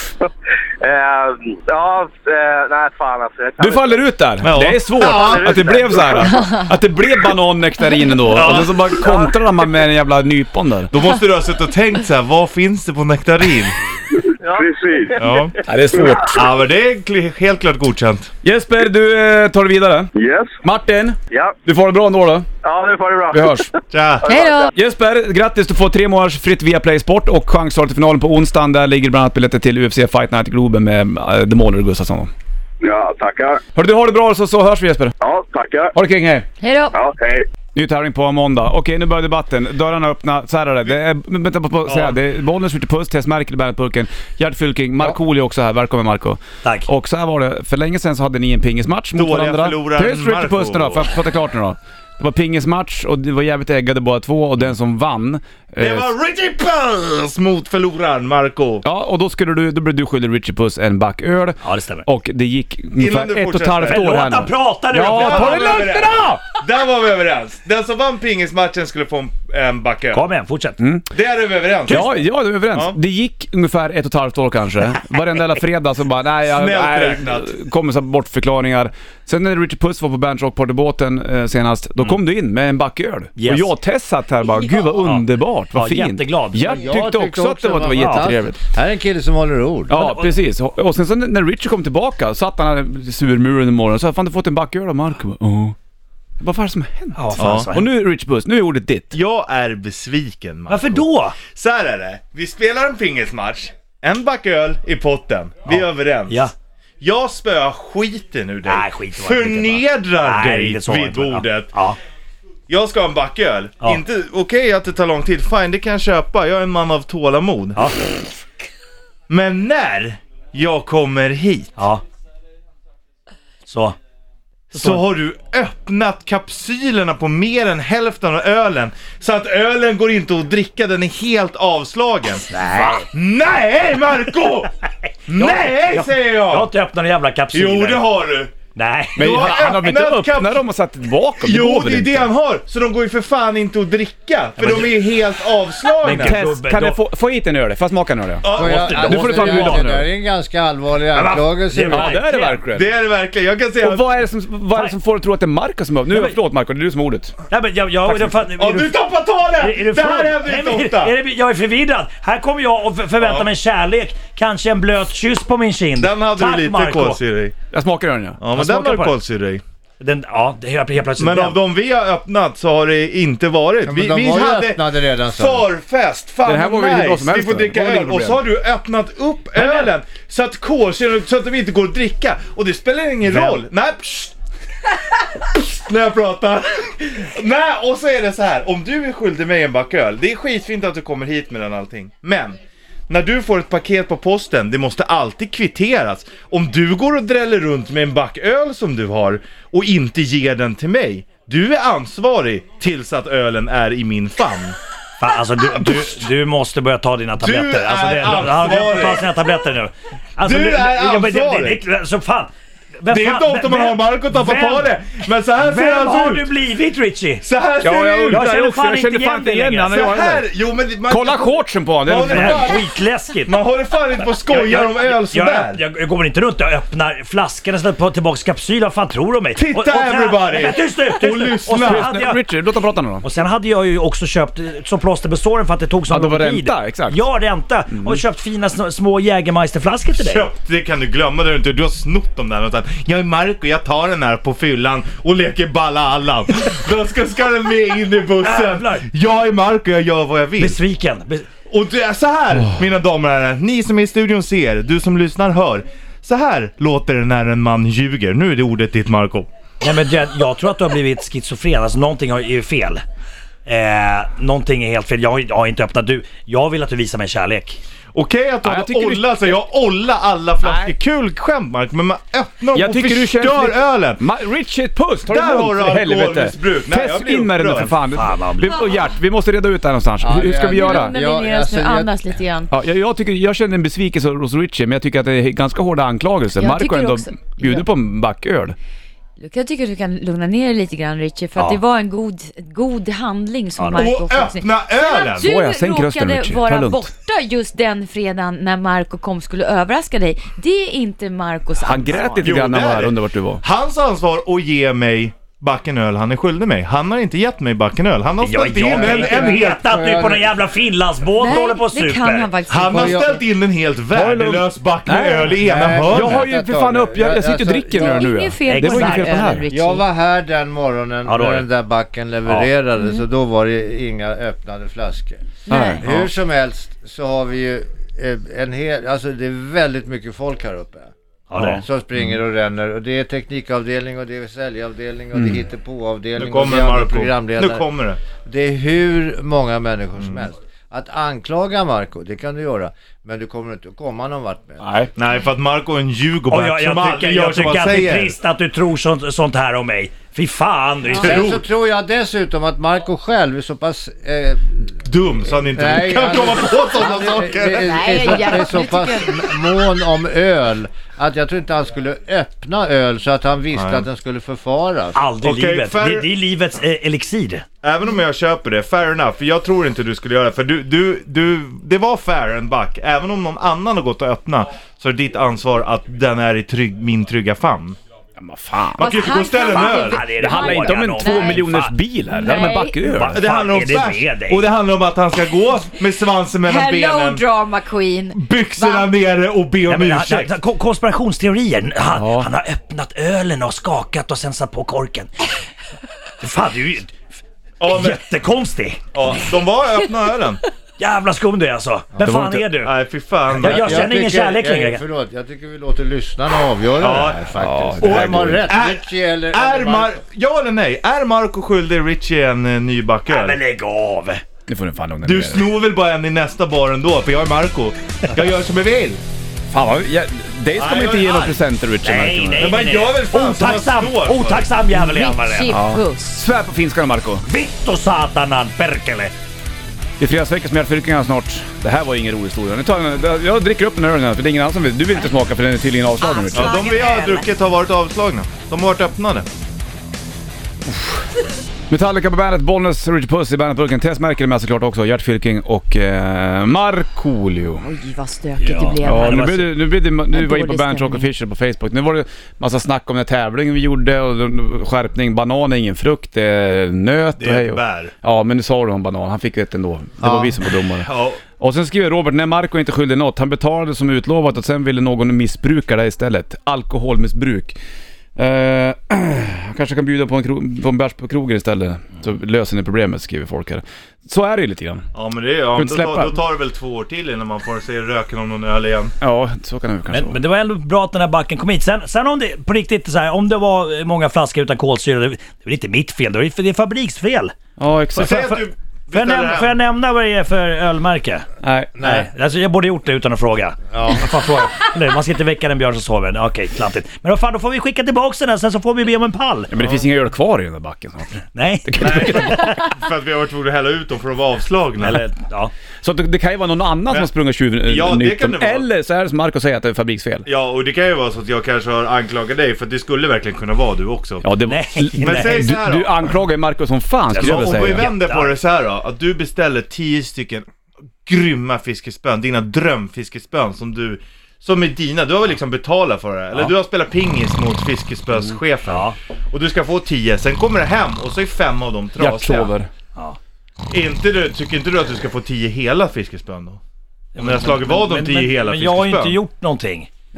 Eh, ja, eh, nej fan alltså. jag kan Du inte- faller ut där. Ja. Det är svårt att det blev så här. Att det blev banan-nektarin då. Och sen så bara kontrar man med en jävla nypon där. Då måste du ha suttit och tänkt så här, vad finns det på nektarin? Precis. Ja. Ja, det är svårt. Ja, men det är kl- helt klart godkänt. Jesper, du eh, tar det vidare. Yes. Martin, Ja, du får det bra ändå då. ja nu får det bra. Vi hörs. Tja. Hej då! Jesper, grattis, du får tre månaders fritt via Play Sport och chansstart till finalen på onsdagen. Där ligger bland annat biljetter till U F C Fight Night i Globen med äh, The Mauler Gustafsson. Ja, tackar. Hörru, du har det bra så, så hörs vi Jesper. Ja, tackar. Ha det kring, hej. Hej då! Ja, hej. Ny tävling på måndag. Okej, nu börjar debatten. Dörrarna är öppna. Så här är det. Det är, vänta på att säga. Det är Bollnäs Ritchie Puss, Tess Merkel i Bandet-burken. Gerd Fylking, Markoolio också här. Välkommen Marco. Tack. Och så här var det. För länge sedan så hade ni en pingismatch mot Dåliga varandra. förloraren Tess Ritchie Marco. Puss nu då. Får jag prata klart nu då. Det var pingismatch och det var jävligt äggade båda två. Och den som vann... Det eh, var Richie Puss mot förloraren Marco. Ja, och då skulle du, då blev du skyldig Richie Puss en back öl. Ja, det stämmer. Och det gick Innan ungefär du ett och ett fortsätter. halvt Men år här låt han nu. prata nu! Ja, Där ta var det vi lugnt överens. då! Där var vi överens. Den som vann pingismatchen skulle få en, en backöl. Kom igen, fortsätt. Det är vi överens. Ja, ja, det är överens. Ja. Det gick ungefär ett och ett halvt år kanske. Varenda jävla fredag så bara, nej, jag, Snällt nej räknat. kommer så bortförklaringar. Sen när Richie Puss var på Berns Rock Partybåten eh, senast, då kom du in med en backöl. Yes. Och jag och Tess satt här bara, gud vad underbart, vad Ja, fint. jätteglad. Jag Jag tyckte också att det var, det var ja. jättetrevligt. Här är en kille som håller ord. Ja, precis. Och och sen så när Richie kom tillbaka, satt han här surmuren i morgon och sa, fan du fått en backöl av Marco. Ja. Vad var det som hände? Ja, vad fan så Och nu är Richie Puss, nu är ordet ditt. Jag är besviken, Marco. Varför då? Så här är det. Vi spelar en pingismatch. En backöl i potten. Vi är överens. Ja. Jag spöar skiten ur dig. Nej, skit var det inte, Förnedrar Nej, dig det så var det vid inte. bordet. Ja. Jag ska ha en backöl. Ja. Inte, okej att det tar lång tid. Fine, det kan jag köpa. Jag är en man av tålamod. Ja. Men när jag kommer hit Ja. Så. så har du öppnat kapsylerna på mer än hälften av ölen. Så att ölen går inte att dricka, den är helt avslagen. Nej. Nej, Marco! Nej, jag, säger Jag har jag! inte öppnat några jävla kapsyler. Jo, det har du. Nej. Men Du har han, han har väl inte öppnat öppnat kap- dem och satt tillbaka? Det Jo, går väl det är inte? det han har. Så de går ju för fan inte att dricka. För men de är helt avslagna. Men Tess, Gubbe, kan då- du få, få hit en öl? Får jag smaka en öl? Ja, Och jag- måste- jag nu får du måste fan göra- bjuda Det nu. där är en ganska allvarlig va? anklagelse. Det är- Ja, det är det verkligen. det är det verkligen. Jag kan säga Och vad är det som, vad är det som får dig att tro att det är Marco som är... Nu, men- förlåt Marco, det är du som har ordet. Nej, men jag... jag är, fan, Ja, du tappar talet! är, är du Det här för- händer Nej, inte men ofta. är det, jag är förvirrad. Här kommer jag och för- förväntar Ja. mig kärlek. Kanske en blöt kyss på min kind. Den hade Tack, du lite Marco. kolsyra i. Jag smakar den ja. Ja, men den smakar har på du den. kolsyra i. Den, ja, det är helt, helt plötsligt Men den. av de vi har öppnat så har det inte varit. Ja, men vi de vi var ju hade öppnade redan så. förfest, fan Det här var vad väl hur bra som nice. Vi helst får då. dricka Det var väl öl. inga Och så har du öppnat upp ölen så att kolsyran, så att de inte går att dricka. Och det spelar ingen Vem? roll. Nej, pst. Pst, när jag pratar. Nej, och så är det så här. Om du är skyldig mig en back öl, det är skitfint att du kommer hit med den allting. Men när du får ett paket på posten, det måste alltid kvitteras. Om du går och dräller runt med en back öl som du har och inte ger den till mig, du är ansvarig tills att ölen är i min famn. Fan, alltså du, du, du måste börja ta dina tabletter. är alltså, det, ansvarig. Ja, du får ta sina tabletter nu. Alltså, Du är ja, men det- ansvarig. det- det- Så fan. Vem Det är fan- inte ofta man vem- har Marco tappa vem- på det. Men så här ser Vem har han du ut. blivit, Richie? Så här ser Ja, jag det ut. Jag känner också. fan Jag inte känner fan igen inte dig igen längre. han. Så jag här, heller. jo men man, Kolla shortsen på honom. Ja, Det det är Det är här fan- är skitläskigt. man håller fan inte på och skojar om öl sådär. Jag, jag, jag går inte runt och öppnar flaskan och släpper tillbaka kapsyler. Vad fan tror du om mig? Titta, och, och, everybody! Men tyst nu! Tyst Och nu. lyssna. Och sen hade jag, Richard, låt honom prata nu då. och sen hade jag ju också köpt eh, som plåster på såren för att det tog så Ja, det lång var tid. ränta, exakt. Ja, ränta. Och köpt fina sn- små Jägermeisterflaskor till dig. Köpt, det kan du glömma det inte. Du har snott dem där och sagt, jag är Marco, jag tar den här på fyllan och leker balla Allan. Då ska, ska den med in i bussen. Jävlar. Jag är Marco, jag gör vad jag vill. Besviken. Be- Och det är så här, mina damer och herrar, ni som är i studion ser, du som lyssnar hör. Så här låter det när en man ljuger. Nu är det ordet ditt, Marco. Nej, men jag, jag tror att du har blivit schizofren. Alltså någonting har- är ju fel. Eh, någonting är helt fel. Jag, har- jag har inte öppnat. Du, jag vill att du visar mig kärlek. Okej okay, att du ja, har olla, du... så jag ollar alla flaskor. Nej. Kul skämt, Mark, men man öppnar dem jag och tycker förstör du känns... ölen. Ma- Richard Puss, tar du där har du alkoholmissbruk. Test in med den för fan. fan vi, och Gert, vi måste reda ut det här någonstans. Ja, Hur ska vi göra? Nu ja, alltså, nu andas lite grann. Ja, jag, jag, tycker, jag känner en besvikelse hos Richie, men jag tycker att det är ganska hårda anklagelser. Marco ändå också... bjuder ja. på en backöl. Jag tycker att du kan lugna ner dig lite grann, Richie, för att ja. det var en god, god handling som ja, Marco och öppna ölen! Du oh, råkade rösten, vara borta just den fredagen när Marco kom skulle överraska dig. Det är inte Marcos ansvar. Han grät lite grann när han var under vart du var. Hans ansvar att ge mig backen öl han är skyldig mig. Han har inte gett mig backen öl. Han har ställt ja, in en, en helt... att du på en jävla Finlandsbåt nej, håller på super. Han, han har ställt in en helt värdelös back med nej, öl i ena hörnet. Jag har ju för fan upp... Jag, jag sitter och dricker nu nu. Ingen fel det var inget fel på här. Richie. Jag var här den morgonen ja, när den där backen levererades ja. mm. så då var det inga öppnade flaskor. Nej. Hur som helst så har vi ju en hel... Alltså det är väldigt mycket folk här uppe. Ja, det. Som springer och ränner och det är teknikavdelning och det är säljavdelning och mm. det hittar på avdelning nu kommer och Marco. Programledare. Nu kommer det. Det är hur många människor mm. som helst. Att anklaga Marco, det kan du göra, men du kommer inte att komma någon vart med. Nej, Nej för att Marco är en djugoback jag, jag som tycker, jag tycker att det är trist att du tror sånt, sånt här om mig. Fy fan. Ja. Sen så tror jag dessutom att Marco själv är så pass eh, dum så han inte nej, kan han, komma på sådana saker. Det är, nej, är, är, är så pass mån om öl att jag tror inte han skulle öppna öl så att han visste nej. att den skulle förfaras. Aldrig okay, livet. Fair... Det, det är livets eh, elixir. Även om jag köper det, fair enough. För jag tror inte du skulle göra det. För du, du, du, det var fair en back. Även om någon annan har gått att öppna så är det ditt ansvar att den är i trygg, min trygga famn. Ja, fan. Man kan ju inte gå och ställa en öl. Det, det handlar inte om en två miljoners bil här. Det handlar om en backöl. Det handlar om färs. Och det handlar om att han ska gå med svansen mellan Hello, benen. Hello drama queen. Byxorna nere och be om ja, ursäkt. Han, konspirationsteorier. Han, ja. han har öppnat ölen och skakat och sen satt på korken. Fan, du är ju ja, men... jättekonstig. Ja, de var öppna ölen. Jävla skum du är alltså. Vem fan inte... är du? Nej, fy fan. Jag, jag känner jag ingen tycker, kärlek längre. Jag, förlåt, jag tycker vi låter lyssnarna avgöra ja. det här faktiskt. Ja, och är man rätt? Richie eller... Är Mar- ja eller nej? Är Marco skyldig Richie en uh, ny backöl? Nej, men lägg av. Det får du fan lugna Du ner. Snor väl bara en i nästa bar ändå, för jag är Marco. Jag gör som jag vill. Fan vad... Jag, det ska man inte ge någon presenter, Richie. Nej, nej, men man nej. gör väl fan otacksam, otacksam jävel i Richie Puss. Svär på finska, Marco. Vittu satanan, perkele. Det är fredagsvecka som är fyrkingar snart. Det här var ingen rolig historia. Nu tar jag, jag dricker upp den här ölen för det är ingen annan som vill. Du vill inte smaka för den är tydligen avslagen. Ja, de vi har druckit har varit avslagna. De har varit öppnade. Metallica på bandet, Bollnäs, Richie Puss i bandetburken. Tess märker det med såklart också. Gert Fylking och eh, Markoolio. Oj, vad stökigt ja. det blev. Ja, nu, blev det, nu, blev det, nu var jag på Bandit Rock Official på Facebook. Nu var det massa snack om den tävlingen vi gjorde och skärpning. Banan är ingen frukt, det är nöt. Det är och bär. Ja, men nu sa du om banan. Han fick rätt ändå. Det ja. var vi som var domare. Ja. Och sen skriver Robert, när Marco inte skyldig något. Han betalade som utlovat och sen ville någon missbruka det istället. Alkoholmissbruk. Uh, kanske kan bjuda på en, kro- på en bärs på krogen istället. Så löser ni problemet, skriver folk här. Så är det ju lite grann. Ja, men det är, ja, då, tar, då tar det väl två år till innan man får se röken om någon öl igen. Ja, så kan det kanske men, men det var ändå bra att den här backen kom hit. Sen, sen om det på riktigt så här, om det var många flaskor utan kolsyra, det, det är inte mitt fel, det är, det är fabriksfel. Ja, exakt. För, för, Får jag, näm- får jag nämna vad det är för ölmärke? Nej. Nej. Alltså jag borde gjort det utan att fråga. Ja. Fan, fråga. Nej, man ska inte väcka den björn som sover. Okej, okay, klantigt. Men då, fan, då får vi skicka tillbaka den här, sen så får vi be om en pall. Ja, men det finns inga öl kvar i den där backen snart. Nej. Nej. För att vi har varit tvungna att hälla ut dem för att vara avslagna. Eller, ja. Så det, det kan ju vara någon annan men, som har sprungit tjuven ja, nytt. Eller så är det som Marco säger att det är fabriksfel. Ja, och det kan ju vara så att jag kanske har anklagat dig, för det skulle verkligen kunna vara du också. Ja, det var... Nej, men nej. säg så här du, du anklagar Marco som fan, skulle jag, jag säga. Och vi vänder på det så här då, att du beställer tio stycken grymma fiskespön, dina drömfiskespön som du, som är dina, du har väl liksom betalat för det, eller ja. Du har spelat pingis mot fiskespönschefen ja. Och du ska få tio, sen kommer det hem och så är fem av dem trasiga. Ja. Inte du, tycker inte du att du ska få tio hela fiskespön då? Om jag slagit vad de tio hela men fiskespön? jag har inte gjort någonting.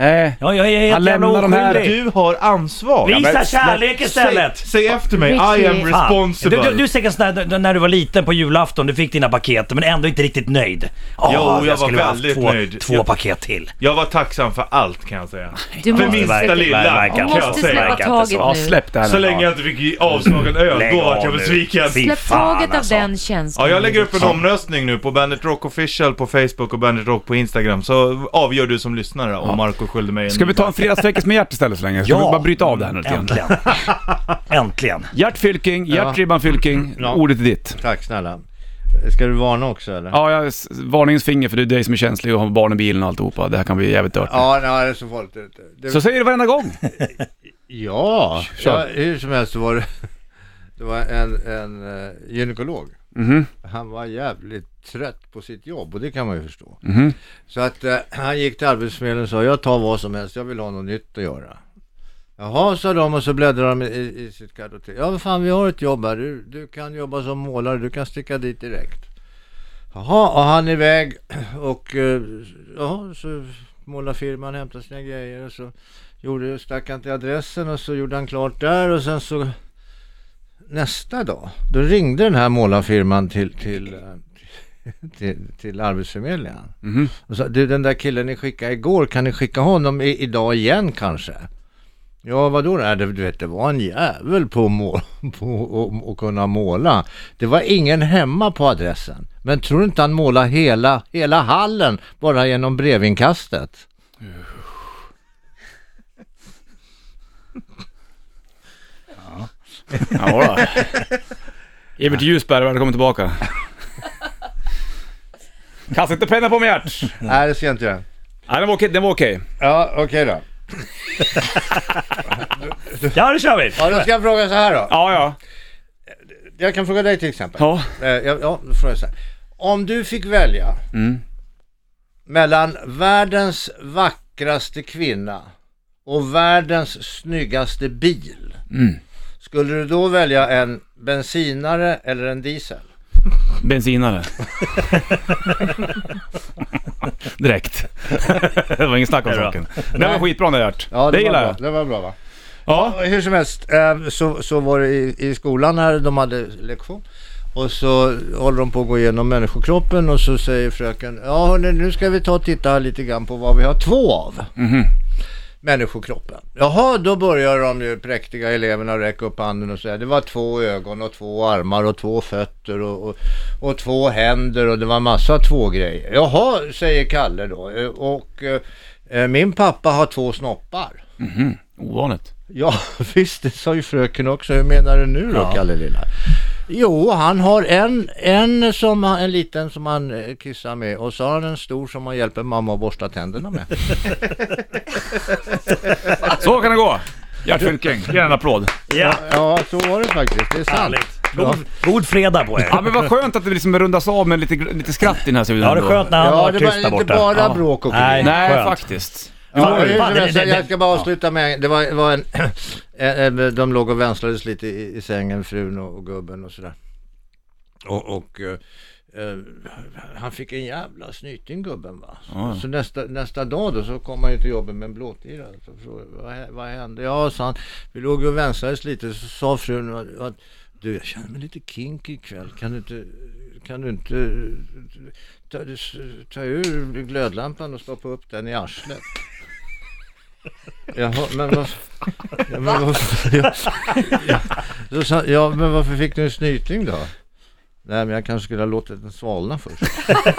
Nej. Ja, jag är helt Han jävla lämnar de här- oskyldig. Du har ansvar. Visa Ja, men- kärlek istället! Säg, säg efter mig, I am Richie. responsible. Du, du, du är säkert sån där, när du var liten på julafton, du fick dina paket men ändå inte riktigt nöjd. Åh, Jo, jag var skulle ha haft väldigt två, nöjd. Två Jag- paket till. Jag var tacksam för allt kan jag säga. Du För måste minsta släppa- lilla verkar- kan Du jag måste säga. släppa verkar inte taget så. Ja, nu. släpp det här Så nu. länge jag inte fick avslagen öl, Lägg då var av jag nu. besviken. Fy Släpp fan, taget av alltså. den känslan. Ja, jag lägger upp en omröstning nu på Bandit Rock Official på Facebook och Bandit Rock på Instagram. Så avgör du som lyssnare om Marco skyllde mig en... Ska vi ta en fredagsfräckis med Gert istället så länge? Ska Ja. vi bara bryta av det här nu lite grann? Äntligen. Äntligen. Gert Fylking, Gert Ja. Ribban Fylking, Ja. ordet är ditt. Tack snälla. Ska du varna också eller? Ja, jag, varningens finger för det är dig som är känslig och har barn i bilen och alltihopa. Det här kan bli jävligt dört. Ja, nej, det är så farligt ute. Det- Så säger du varenda gång. Ja, Kör. ja, hur som helst så var det, det var en, en uh, gynekolog. Mhm. Han var jävligt trött på sitt jobb och det kan man ju förstå. Mhm. Så att eh, han gick till Arbetsförmedlingen och sa jag tar vad som helst, jag vill ha något nytt att göra. Jaha, sa de och så bläddrade de i, i sitt kartotek. Ja, vad fan, vi har ett jobb här. Du, du kan jobba som målare, du kan sticka dit direkt. Jaha, och han är iväg och eh, ja, så målarfirman hämtade sina grejer och så gjorde, stack han till adressen och så gjorde han klart där och sen så nästa dag, då ringde den här målarfirman till, till, eh, till, till Arbetsförmedlingen. Mhm. Och sa, du, den där killen ni skickade igår, kan ni skicka honom i, idag igen kanske? Ja, vadå? Nej, det, du vet, det var en jävel på att måla, på att kunna måla. Det var ingen hemma på adressen. Men tror du inte han målar hela, hela hallen bara genom brevinkastet? Ja, då. Evert Ljusberg, välkommen tillbaka. Kasta inte penna på mig, Gert. Nej, det ska jag inte göra. Nej, den var okej. Den var okej. Ja, okej då. Ja, det kör vi. Ja, då ska jag fråga så här då. Ja, ja. Jag kan fråga dig till exempel. Ja. Eh, Ja, ja då frågar jag så här. Om du fick välja Mm. mellan världens vackraste kvinna och världens snyggaste bil, Mm. skulle du då välja en bensinare eller en diesel? Bensinare. Direkt. Det var ingen snack om Det är bra. saken. Det var skitbra där, Gert. Ja, det det, gillar var jag. bra. Det var bra va? Ja. Ja, hur som helst eh, så, så var det i, i skolan när de hade lektion. Och så håller de på att gå igenom människokroppen och så säger fröken, ja hörni, nu ska vi ta och titta lite grann på vad vi har två av. Mhm. Människokroppen. Jaha, då börjar de ju präktiga eleverna räcka upp handen och säga det var två ögon och två armar och två fötter och, och, och två händer och det var massa två grejer. Jaha, säger Kalle då. Eh, Och eh, min pappa har två snoppar. Mhm. Ovanligt. Ja, visst, det sa ju fröken också. Hur menar du nu då, Ja. Kalle lilla? Jo, han har en, en, som, en liten som han eh, kissar med och så har han en stor som han hjälper mamma att borsta tänderna med. Så kan det gå. Gert Fylking, ge en applåd. Ja, Ja, så var det faktiskt. Det är sant. härligt. God, god fredag på er. Ja, men vad skönt att det liksom rundas av med lite, lite skratt i den här studion. Ja, det är skönt när han Ja, var det tyst var där inte borta. bara Ja. bråk och Nej, Nej, skönt. faktiskt. Ja, Ja, hur fan, som det- helst, det- jag det- ska bara avsluta med, det var, det var en, en, de låg och vänslades lite i, i sängen, frun och, och gubben och sådär. Och, och eh, eh, han fick en jävla snyting gubben va. Så, Ja. så nästa, nästa dag då så kom han ju till jobbet med en blåtira. Så frågade, vad, hä- vad hände? Ja, sa han, vi låg och vänslades lite, så sa frun att, att du, jag känner mig lite kinky ikväll. Kan du inte, kan du inte ta, ta ur glödlampan och stoppa upp den i arslet? Jaha, men vad... Ja, men varför, ja, ja, då sa, ja, men varför fick du en snyting då? Nej, men jag kanske skulle ha låtit den svalna först.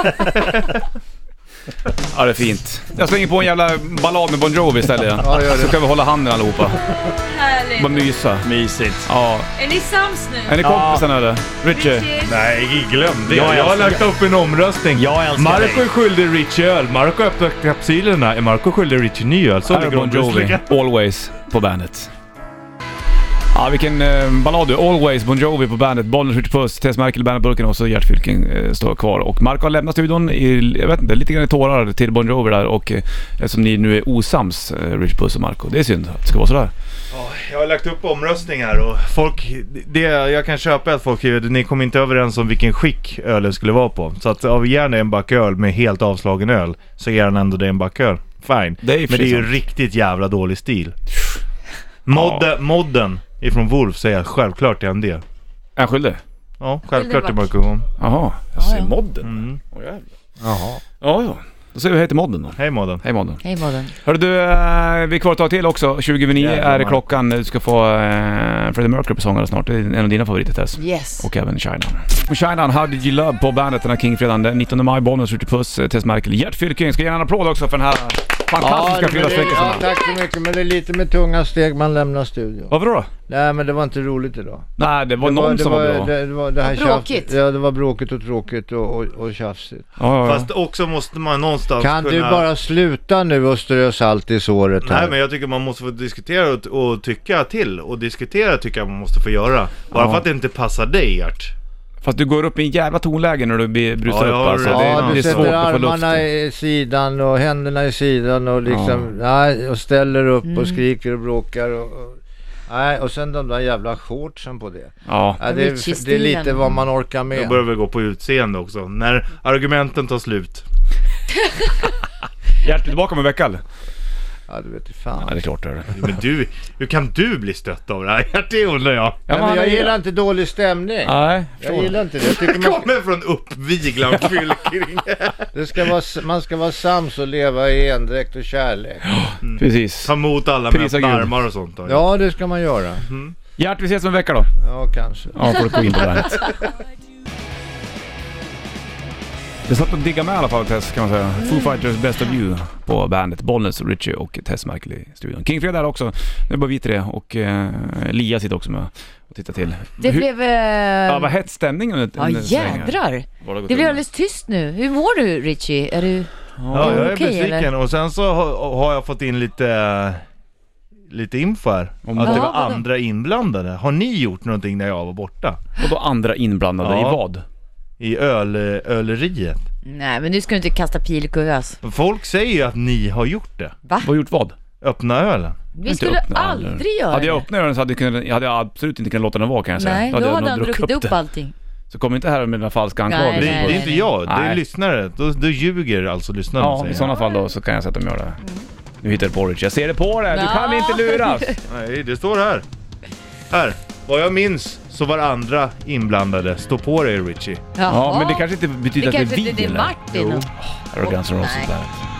Ja, det är fint. Jag slänger på en jävla ballad med Bon Jovi istället. Ja, gör det. Så kan vi hålla handen allihopa. Härligt. Bara mysa. Mysigt. Ja. Är ni sams nu? Är ni kompisarna eller? Richie? Richie? Nej, glöm det. Jag Jag, har älskar- lagt upp en omröstning. Jag älskar Marco dig. är skyldig Richie öl. Marco har öppnat kapsylerna. Är Marco skyldig Richie ny öl? Så Här är ligger Bon Jovi. omröstningen. Always på bandet. Ja, vilken eh, ballad du. Always, Bon Jovi på bandet. Bollen skjuter puss, Tess Merkel, bandetburken och så Gert Fylking eh, står kvar. Och Marco har lämnat studion i, jag vet inte, lite grann i tårar till Bon Jovi där. Och eh, eftersom ni nu är osams, eh, Rich Puss och Marco. Det är synd att det ska vara sådär. Ja, jag har lagt upp omröstning här och folk, det jag kan köpa är att folk skriver, ni kom inte överens om vilken skick ölen skulle vara på. Så att av gärna en back öl med helt avslagen öl, så ger han ändå det en back öl. fine. Det är men det är ju riktigt jävla dålig stil. Modden, ja. modden ifrån Wolf säger självklart är han det. Är han skyldig? Ja, självklart är Marco. Jaha, jag säger ja. modden. Mm. Åh jävlar. Jaha. Ja, ja. Då säger vi hej till modden då. Hej modden. Hej modden. Hej modden. Hörru du, äh, vi är kvar ett tag till också. tjugo över nio Jävlar, är det man. klockan. Du ska få äh, Freddie Mercury på sångare snart. Det är en av dina favoriter, Tess. Yes. Och även China. China, How Did You Love på bandet den här King-fredagen den nittonde maj. Bollnäs skjuter puss, Tess Merkel. Gert Fylking, ska ge en applåd också för den här fantastiska ja, fyra stycken. Ja, tack så mycket, men det är lite med tunga steg man lämnar studion. Varför då? Nej, men det var inte roligt idag. Nej, det var det någon var, det som var, var bra. Det, det var det här bråkigt. Tjafs, ja, det var bråkigt och tråkigt och, och, och tjafsigt. Ja, ja, ja. Fast också måste man någonstans Kan kunna... du bara sluta nu och strö salt i såret här? Nej, men jag tycker man måste få diskutera och, och tycka till. Och diskutera tycker jag man måste få göra. Bara Ja. för att det inte passar dig, Gert. Fast du går upp i en jävla tonläge när du blir brusar Ja, upp jag har alltså. det. Det, Ja, det du är svårt sätter att få armarna luften. i sidan och händerna i sidan och liksom, nej, och ställer upp Mm. och skriker och bråkar och, och nej, och sen de där jävla shortsen på det. Ja. Ja, det, är, det är lite vad man orkar med. Jag börjar väl gå på utseende också. När argumenten tar slut. Gert, tillbaka med veckan. Ja, du vet ju fan. Ja, det är klart det är det. Men du, hur kan du bli stött av det här? Gert, det undrar jag. Ja, men jag gillar inte dålig stämning. Nej, Jag gillar inte det. Jag tycker Jag man, kommer från uppviglan Fylking. det ska vara, man ska vara sams och leva i endräkt och kärlek. precis. Ta emot alla med Prisa Gud. armar och sånt då. Ja, det ska man göra. Gert, vi ses om en vecka då. Ja, kanske. Ja, får du gå in på bandet. Jag satt och digga med i alla fall, Tess, kan man säga. Foo Fighters Best of You på bandet. Bollnäs, Richie och Tess Merkel i studion. King Fredag också. Nu är bara vi tre och eh, Lia sitter också med och tittar till. Det Hur, blev... Eh... ja, vad hett stämning under Ja, jädrar. Det blev alldeles tyst nu. Hur mår du, Richie? Är du... Ja, jag är okej, besviken. eller? Och sen så har, har jag fått in lite lite info här. Om att Ja, det var vadå? andra inblandade. Har ni gjort någonting när jag var borta? Och då andra inblandade Ja. i vad? I öl, öleriet. Nej, men nu ska du inte kasta pil och kuvas. Folk säger ju att ni har gjort det. Va? Vad gjort vad? Öppna ölen. Vi Inte skulle öppna aldrig eller- göra Hade jag det. öppnat ölen så hade jag, kunnat, hade jag absolut inte kunnat låta den vara, kan jag säga. Nej, då jag hade nog han druckit upp det. allting. Så kom inte här med den falska Nej, anklagelser. Det, nej, det är inte jag, det är Nej. lyssnare. Då, då ljuger alltså lyssnarna. Ja, säger i jag. sådana fall då så kan jag säga att de gör det. Nu hittar du på Rich. Jag ser det på dig. Du kan Nå. inte luras. Nej, det står här. Här. Vad jag minns så var andra inblandade. Stå på dig, Richie. Ja, men det kanske inte betyder det att kanske det är vi. inte det är eller? Martin. Jo. Här har Guns N' Roses Nej. där.